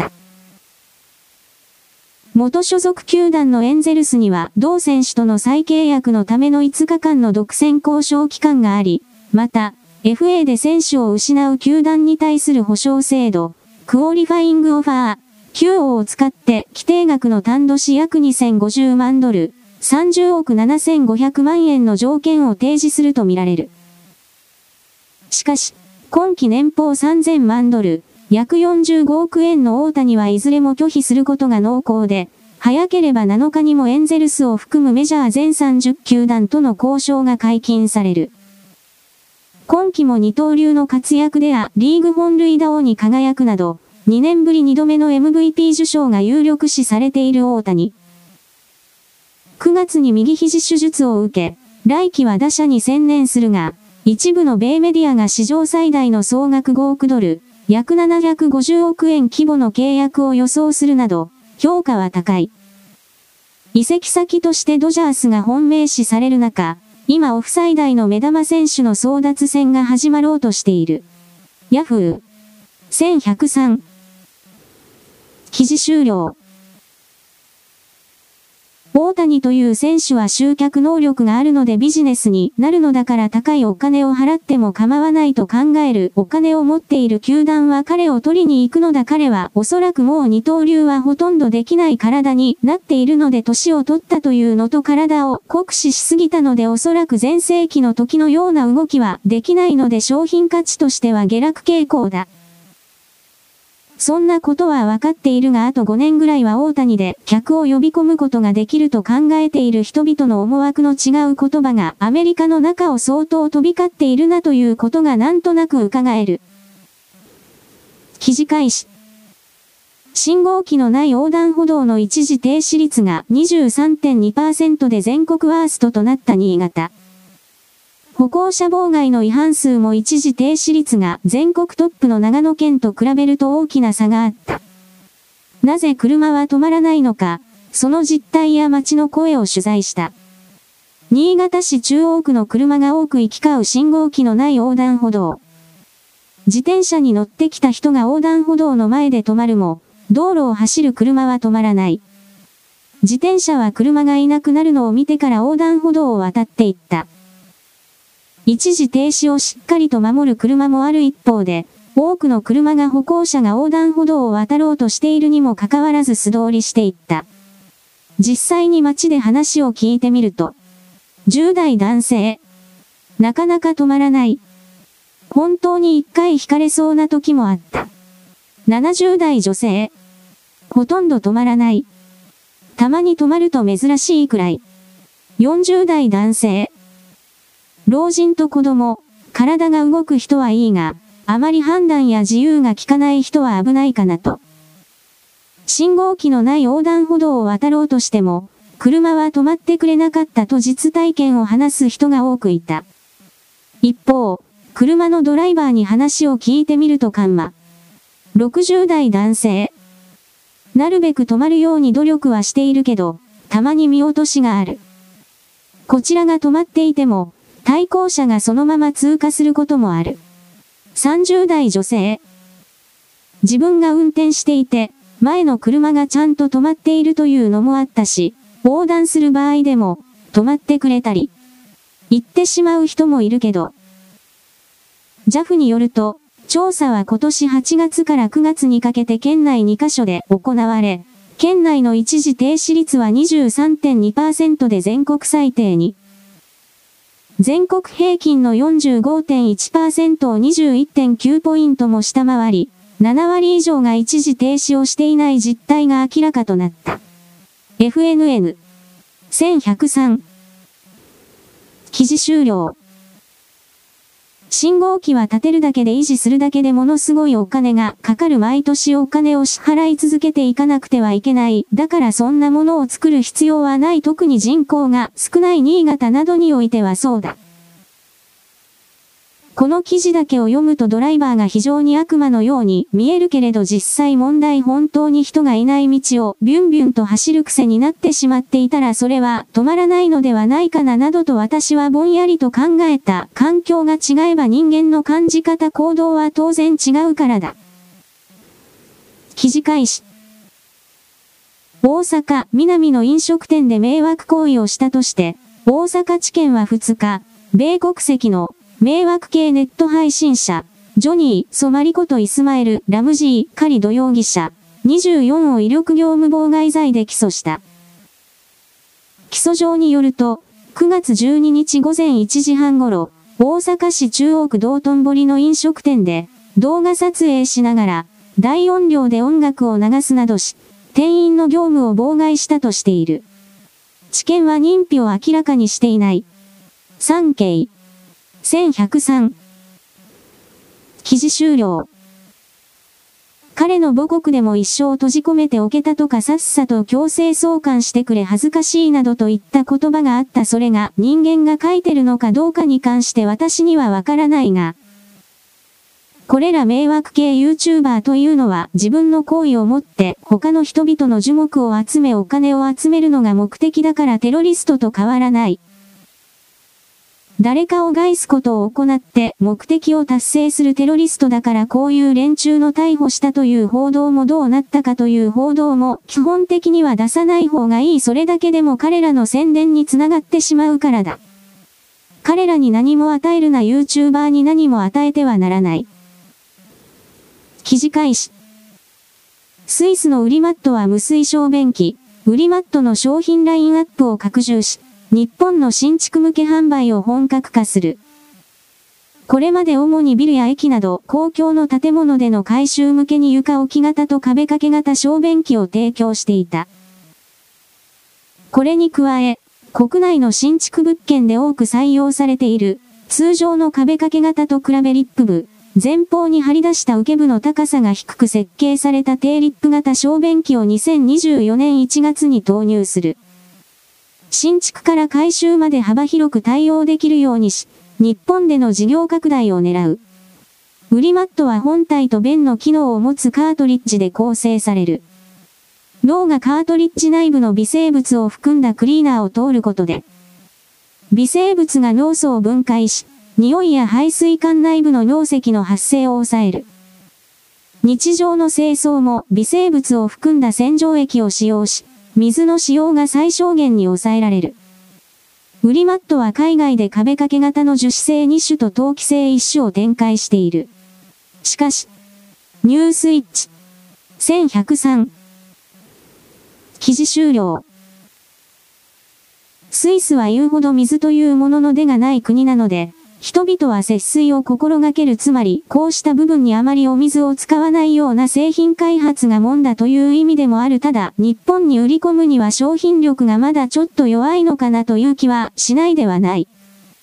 元所属球団のエンゼルスには同選手との再契約のためのいつかかんの独占交渉期間があり、また、エフエー で選手を失う球団に対する保証制度、クオリファイングオファー、キューオー を使って規定額の単年約にせんごじゅうまんドル、さんじゅうおくななせんごひゃくまんえんの条件を提示するとみられる。しかし、今期年俸さんぜんまんドル、約よんじゅうごおくえんの大谷はいずれも拒否することが濃厚で、早ければなのかにもエンゼルスを含むメジャー全さんじゅっきゅうだんとの交渉が解禁される。今季も二刀流の活躍であ、リーグ本塁打王に輝くなど、にねんぶりにどめの エムブイピー 受賞が有力視されている大谷。くがつに右肘手術を受け、来季は打者に専念するが、一部の米メディアが史上最大の総額ごおくドル、約ななひゃくごじゅうおくえん規模の契約を予想するなど、評価は高い。移籍先としてドジャースが本命視される中、今オフ最大の目玉選手の争奪戦が始まろうとしている。ヤフーせんひゃくさん記事終了。大谷という選手は集客能力があるのでビジネスになるのだから高いお金を払っても構わないと考えるお金を持っている球団は彼を取りに行くのだ彼はおそらくもう二刀流はほとんどできない体になっているので年を取ったというのと体を酷使しすぎたのでおそらく全盛期の時のような動きはできないので商品価値としては下落傾向だ。そんなことは分かっているがあとごねんぐらいは大谷で客を呼び込むことができると考えている人々の思惑の違う言葉がアメリカの中を相当飛び交っているなということがなんとなく伺える。記事開始。 信号機のない横断歩道の一時停止率が にじゅうさんてんにパーセント で全国ワーストとなった新潟。歩行者妨害の違反数も一時停止率が全国トップの長野県と比べると大きな差があった。なぜ車は止まらないのか、その実態や街の声を取材した。新潟市中央区の車が多く行き交う信号機のない横断歩道。自転車に乗ってきた人が横断歩道の前で止まるも、道路を走る車は止まらない。自転車は車がいなくなるのを見てから横断歩道を渡っていった。一時停止をしっかりと守る車もある一方で、多くの車が歩行者が横断歩道を渡ろうとしているにもかかわらず素通りしていった。実際に街で話を聞いてみると、じゅう代男性。なかなか止まらない。本当に一回引かれそうな時もあった。ななじゅう代女性。ほとんど止まらない。たまに止まると珍しいくらい。よんじゅう代男性。老人と子供、体が動く人はいいが、あまり判断や自由が利かない人は危ないかなと。信号機のない横断歩道を渡ろうとしても、車は止まってくれなかったと実体験を話す人が多くいた。一方、車のドライバーに話を聞いてみると緩和。ろくじゅう代男性。なるべく止まるように努力はしているけど、たまに見落としがある。こちらが止まっていても、対向車がそのまま通過することもある。さんじゅう代女性。自分が運転していて、前の車がちゃんと止まっているというのもあったし、横断する場合でも、止まってくれたり、行ってしまう人もいるけど。ジャフ によると、調査は今年はちがつからくがつにかけて県内にカ所で行われ、県内の一時停止率は にじゅうさんてんにパーセント で全国最低に。全国平均の よんじゅうごてんいちパーセント を にじゅういってんきゅうポイントも下回り、ななわり以上が一時停止をしていない実態が明らかとなった。エフエヌエヌ せんひゃくさん 記事終了。信号機は立てるだけで維持するだけでものすごいお金がかかる。毎年お金を支払い続けていかなくてはいけない。だからそんなものを作る必要はない。特に人口が少ない新潟などにおいてはそうだ。この記事だけを読むとドライバーが非常に悪魔のように見えるけれど実際問題本当に人がいない道をビュンビュンと走る癖になってしまっていたらそれは止まらないのではないかななどと私はぼんやりと考えた。環境が違えば人間の感じ方行動は当然違うからだ。記事開始。大阪、南の飲食店で迷惑行為をしたとして、大阪地検はふつか、米国籍の迷惑系ネット配信者、ジョニー・ソマリことイスマエル・ラムジー・カリド容疑者、にじゅうよんを威力業務妨害罪で起訴した。起訴状によると、くがつじゅうににち午前いちじはん頃、大阪市中央区道頓堀の飲食店で、動画撮影しながら、大音量で音楽を流すなどし、店員の業務を妨害したとしている。地検は認否を明らかにしていない。産経せんひゃくさん。記事終了。彼の母国でも一生閉じ込めておけたとかさっさと強制送還してくれ恥ずかしいなどといった言葉があった。それが人間が書いてるのかどうかに関して私にはわからないが、これら迷惑系 YouTuber というのは自分の行為をもって他の人々の樹木を集めお金を集めるのが目的だからテロリストと変わらない。誰かを害すことを行って目的を達成するテロリストだからこういう連中の逮捕したという報道もどうなったかという報道も基本的には出さない方がいい。それだけでも彼らの宣伝につながってしまうからだ。彼らに何も与えるな YouTuber に何も与えてはならない。記事開始。スイスのウリマットは無水小便器、ウリマットの商品ラインアップを拡充し、日本の新築向け販売を本格化する。これまで主にビルや駅など公共の建物での改修向けに床置き型と壁掛け型小便器を提供していた。これに加え、国内の新築物件で多く採用されている通常の壁掛け型と比べリップ部、 前方に張り出した受け部の高さが低く設計された低リップ型小便器をにせんにじゅうよねんいちがつに投入する。新築から改修まで幅広く対応できるようにし、日本での事業拡大を狙う。売りマットは本体と弁の機能を持つカートリッジで構成される。ローがカートリッジ内部の微生物を含んだクリーナーを通ることで、微生物が尿素を分解し、匂いや排水管内部の尿石の発生を抑える。日常の清掃も微生物を含んだ洗浄液を使用し、水の使用が最小限に抑えられる。売りマットは海外で壁掛け型の樹脂製に種と陶器製いっ種を展開している。しかし、ニュースイッチせんひゃくさん記事終了。スイスは言うほど水というものの出がない国なので、人々は節水を心がける、つまり、こうした部分にあまりお水を使わないような製品開発がもんだという意味でもある。ただ、日本に売り込むには商品力がまだちょっと弱いのかなという気はしないではない。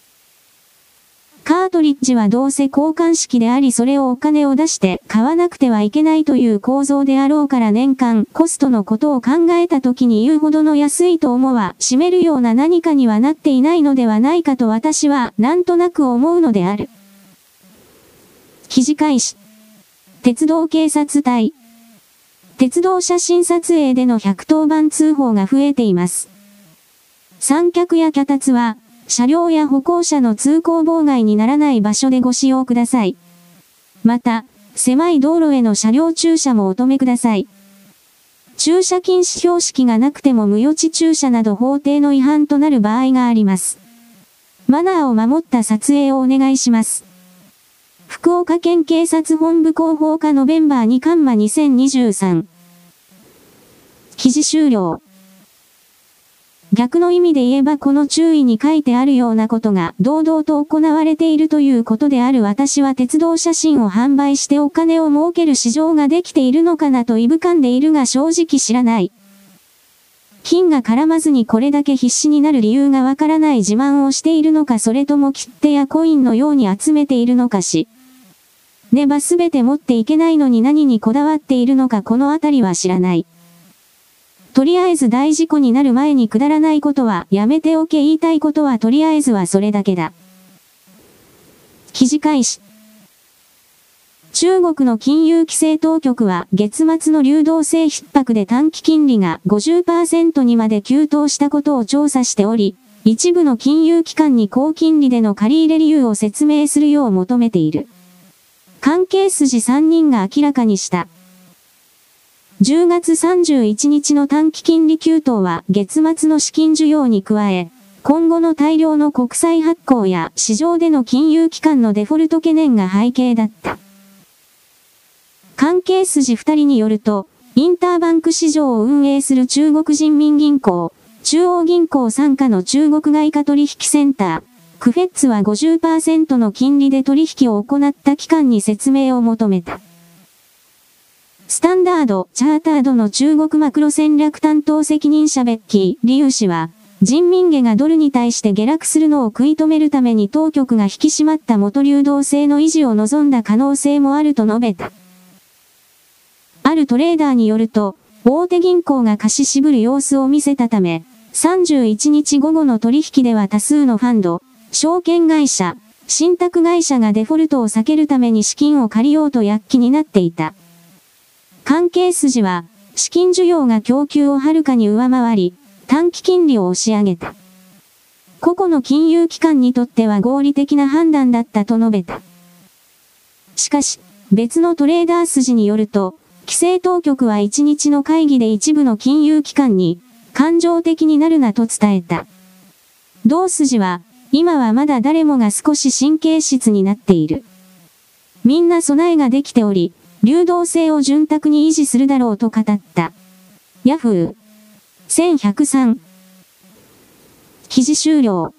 カートリッジはどうせ交換式であり、それをお金を出して買わなくてはいけないという構造であろうから、年間コストのことを考えたときに言うほどの安いと思は占めるような何かにはなっていないのではないかと私はなんとなく思うのである。記事開始。鉄道警察隊。鉄道写真撮影でのひゃくとおばん通報が増えています。三脚や脚立は、車両や歩行者の通行妨害にならない場所でご使用ください。また、狭い道路への車両駐車もお止めください。駐車禁止標識がなくても無予知駐車など法定の違反となる場合があります。マナーを守った撮影をお願いします。福岡県警察本部広報課ノベンバーにカンマにせんにじゅうさん。記事終了。逆の意味で言えばこの注意に書いてあるようなことが堂々と行われているということである。私は鉄道写真を販売してお金を儲ける市場ができているのかなといぶかんでいるが正直知らない。金が絡まずにこれだけ必死になる理由がわからない。自慢をしているのか、それとも切手やコインのように集めているのかし。ねばすべて持っていけないのに何にこだわっているのか、このあたりは知らない。とりあえず大事故になる前にくだらないことはやめておけ。言いたいことはとりあえずはそれだけだ。記事開始。中国の金融規制当局は月末の流動性逼迫で短期金利が ごじゅっパーセント にまで急騰したことを調査しており、一部の金融機関に高金利での借り入れ理由を説明するよう求めている。関係筋さんにんが明らかにした。じゅうがつさんじゅういちにちの短期金利急騰は月末の資金需要に加え、今後の大量の国債発行や市場での金融機関のデフォルト懸念が背景だった。関係筋ふたりによると、インターバンク市場を運営する中国人民銀行、中央銀行傘下の中国外貨取引センター、クフェッツは ごじゅっパーセント の金利で取引を行った機関に説明を求めた。スタンダード・チャータードの中国マクロ戦略担当責任者ベッキー・リュウ氏は、人民元がドルに対して下落するのを食い止めるために当局が引き締まった元流動性の維持を望んだ可能性もあると述べた。あるトレーダーによると、大手銀行が貸し渋る様子を見せたため、さんじゅういちにち午後の取引では多数のファンド、証券会社、信託会社がデフォルトを避けるために資金を借りようと躍起になっていた。関係筋は、資金需要が供給をはるかに上回り、短期金利を押し上げた。個々の金融機関にとっては合理的な判断だったと述べた。しかし、別のトレーダー筋によると、規制当局はいちにちの会議で一部の金融機関に、感情的になるなと伝えた。同筋は、今はまだ誰もが少し神経質になっている。みんな備えができており、流動性を潤沢に維持するだろうと語った。ヤフー。せんひゃくさん。記事終了。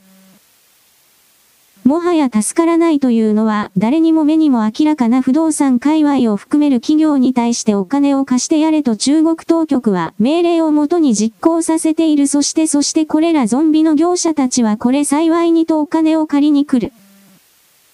もはや助からないというのは誰にも目にも明らかな不動産界隈を含める企業に対してお金を貸してやれと中国当局は命令をもとに実行させている。そしてそしてこれらゾンビの業者たちはこれ幸いにとお金を借りに来る。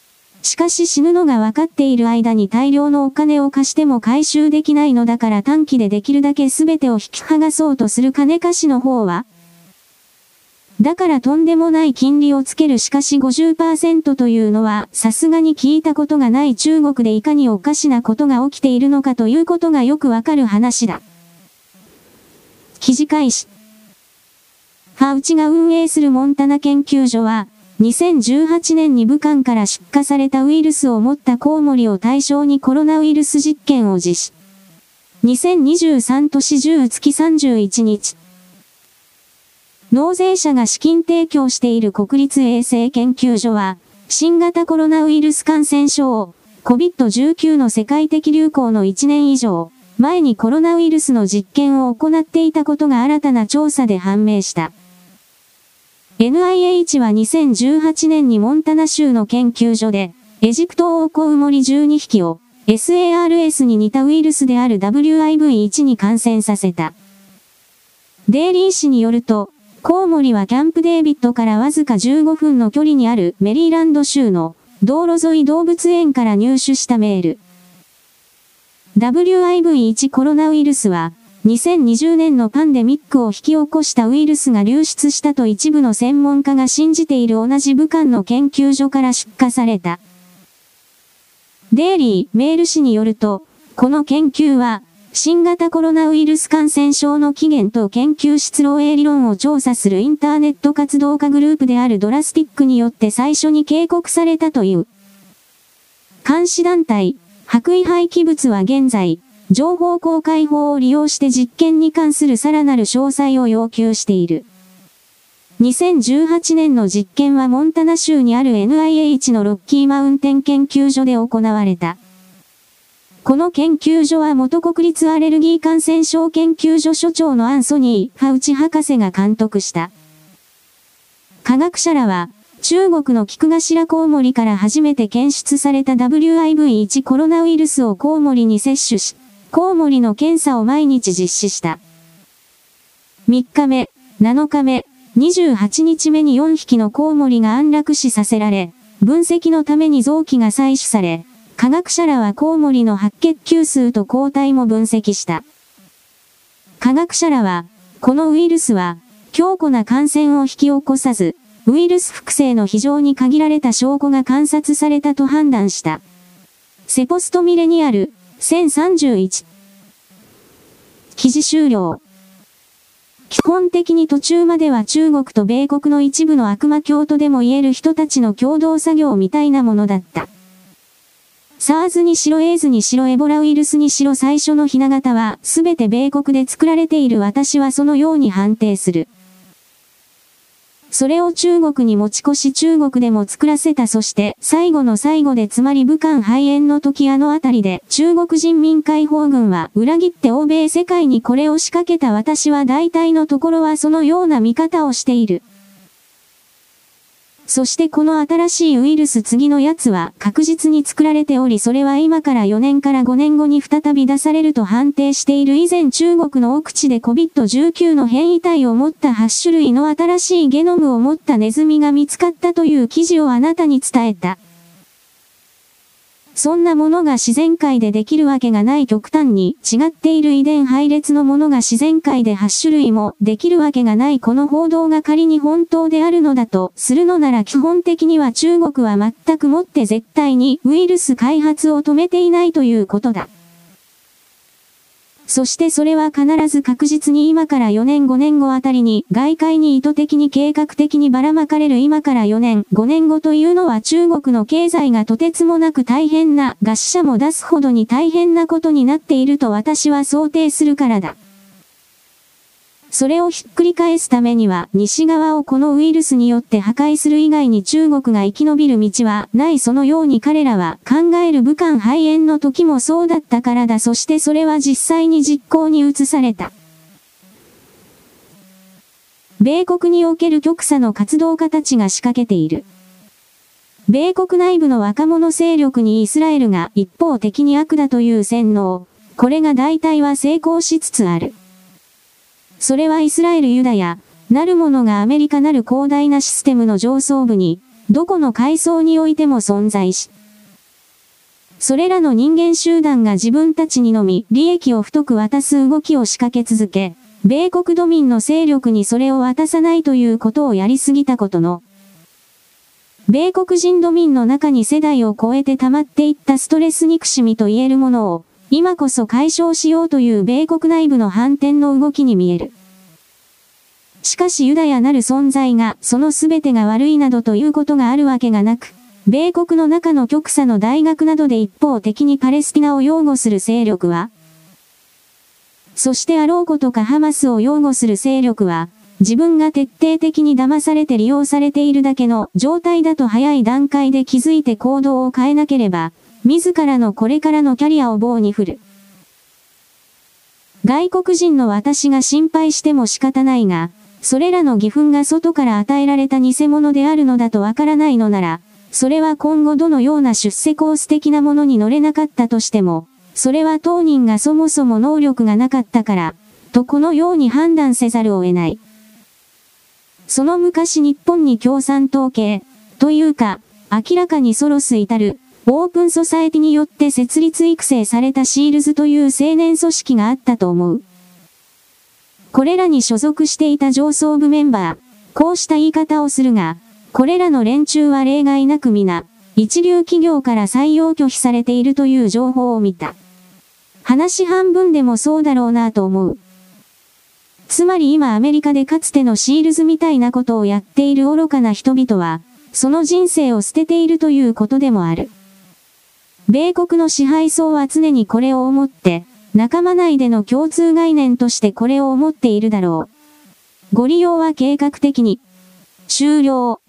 しかし死ぬのが分かっている間に大量のお金を貸しても回収できないのだから短期でできるだけ全てを引き剥がそうとする金貸しの方は、だからとんでもない金利をつける。しかし ごじゅっパーセント というのはさすがに聞いたことがない。中国でいかにおかしなことが起きているのかということがよくわかる話だ。記事開始。ファウチが運営するモンタナ研究所は、にせんじゅうはちねんに武漢から出荷されたウイルスを持ったコウモリを対象にコロナウイルス実験を実施。にせんにじゅうさん年じゅうがつさんじゅういちにち。納税者が資金提供している国立衛生研究所は、新型コロナウイルス感染症 コビッドじゅうきゅう の世界的流行のいちねん以上前にコロナウイルスの実験を行っていたことが新たな調査で判明した。エヌアイエイチ はにせんじゅうはちねんにモンタナ州の研究所で、エジプトオオコウモリじゅうにひきを エスエーアールエス に似たウイルスである ダブリューアイブイワン に感染させた。デイリー紙によると、コウモリはキャンプデービッドからわずかじゅうごふんの距離にあるメリーランド州の道路沿い動物園から入手したメール。ダブリューアイブイワン コロナウイルスは、にせんにじゅうねんのパンデミックを引き起こしたウイルスが流出したと一部の専門家が信じている。同じ武漢の研究所から出荷された。デイリー・メール紙によると、この研究は、新型コロナウイルス感染症の起源と研究出漏洩理論を調査するインターネット活動家グループであるドラスティックによって最初に警告されたという。監視団体、白衣廃棄物は現在、情報公開法を利用して実験に関するさらなる詳細を要求している。にせんじゅうはちねんの実験はモンタナ州にある エヌアイエイチ のロッキーマウンテン研究所で行われた。この研究所は元国立アレルギー感染症研究所所長のアンソニー・ファウチ博士が監督した。科学者らは、中国のキクガシラコウモリから初めて検出された ダブリューアイブイワン コロナウイルスをコウモリに接種し、コウモリの検査を毎日実施した。みっかめ、なのかめ、にじゅうはちにちめによんひきのコウモリが安楽死させられ、分析のために臓器が採取され、科学者らはコウモリの白血球数と抗体も分析した。科学者らは、このウイルスは、強固な感染を引き起こさず、ウイルス複製の非常に限られた証拠が観察されたと判断した。セポストミレニアル、せんさんじゅういち。記事終了。基本的に途中までは中国と米国の一部の悪魔教とでも言える人たちの共同作業みたいなものだった。SARS にしろエイズにしろエボラウイルスにしろ最初のひな形はすべて米国で作られている。私はそのように判定する。それを中国に持ち越し中国でも作らせた。そして最後の最後でつまり武漢肺炎の時あのあたりで中国人民解放軍は裏切って欧米世界にこれを仕掛けた。私は大体のところはそのような見方をしている。そしてこの新しいウイルス次のやつは確実に作られており、それは今からよねんからごねんごに再び出されると判定している。以前中国の奥地で コビッドじゅうきゅう の変異体を持ったはちしゅるいの新しいゲノムを持ったネズミが見つかったという記事をあなたに伝えた。そんなものが自然界でできるわけがない。極端に違っている遺伝配列のものが自然界ではちしゅるいもできるわけがない。この報道が仮に本当であるのだとするのなら基本的には中国は全くもって絶対にウイルス開発を止めていないということだ。そしてそれは必ず確実に今からよねんごねんごあたりに外界に意図的に計画的にばらまかれる。今からよねんごねんごというのは中国の経済がとてつもなく大変なが死者も出すほどに大変なことになっていると私は想定するからだ。それをひっくり返すためには西側をこのウイルスによって破壊する以外に中国が生き延びる道はない。そのように彼らは考える。武漢肺炎の時もそうだったからだ。そしてそれは実際に実行に移された。米国における極左の活動家たちが仕掛けている。米国内部の若者勢力にイスラエルが一方的に悪だという洗脳。これが大体は成功しつつある。それはイスラエルユダヤ、なるものがアメリカなる広大なシステムの上層部に、どこの階層においても存在し、 それらの人間集団が自分たちにのみ利益を太く渡す動きを仕掛け続け、米国土民の勢力にそれを渡さないということをやりすぎたことの、米国人土民の中に世代を超えて溜まっていったストレス憎しみと言えるものを、今こそ解消しようという米国内部の反転の動きに見える。しかしユダヤなる存在がその全てが悪いなどということがあるわけがなく、米国の中の極左の大学などで一方的にパレスティナを擁護する勢力は、そしてあろうことかハマスを擁護する勢力は、自分が徹底的に騙されて利用されているだけの状態だと早い段階で気づいて行動を変えなければ、自らのこれからのキャリアを棒に振る。外国人の私が心配しても仕方ないが、それらの義憤が外から与えられた偽物であるのだとわからないのなら、それは今後どのような出世コース的なものに乗れなかったとしても、それは当人がそもそも能力がなかったから、とこのように判断せざるを得ない。その昔日本に共産党系、というか、明らかにソロス至る、オープンソサエティによって設立育成されたシールズという青年組織があったと思う。これらに所属していた上層部メンバー、こうした言い方をするが、これらの連中は例外なく皆、一流企業から採用拒否されているという情報を見た。話半分でもそうだろうなと思う。つまり今アメリカでかつてのシールズみたいなことをやっている愚かな人々は、その人生を捨てているということでもある。米国の支配層は常にこれを思って、仲間内での共通概念としてこれを思っているだろう。ご利用は計画的に。終了。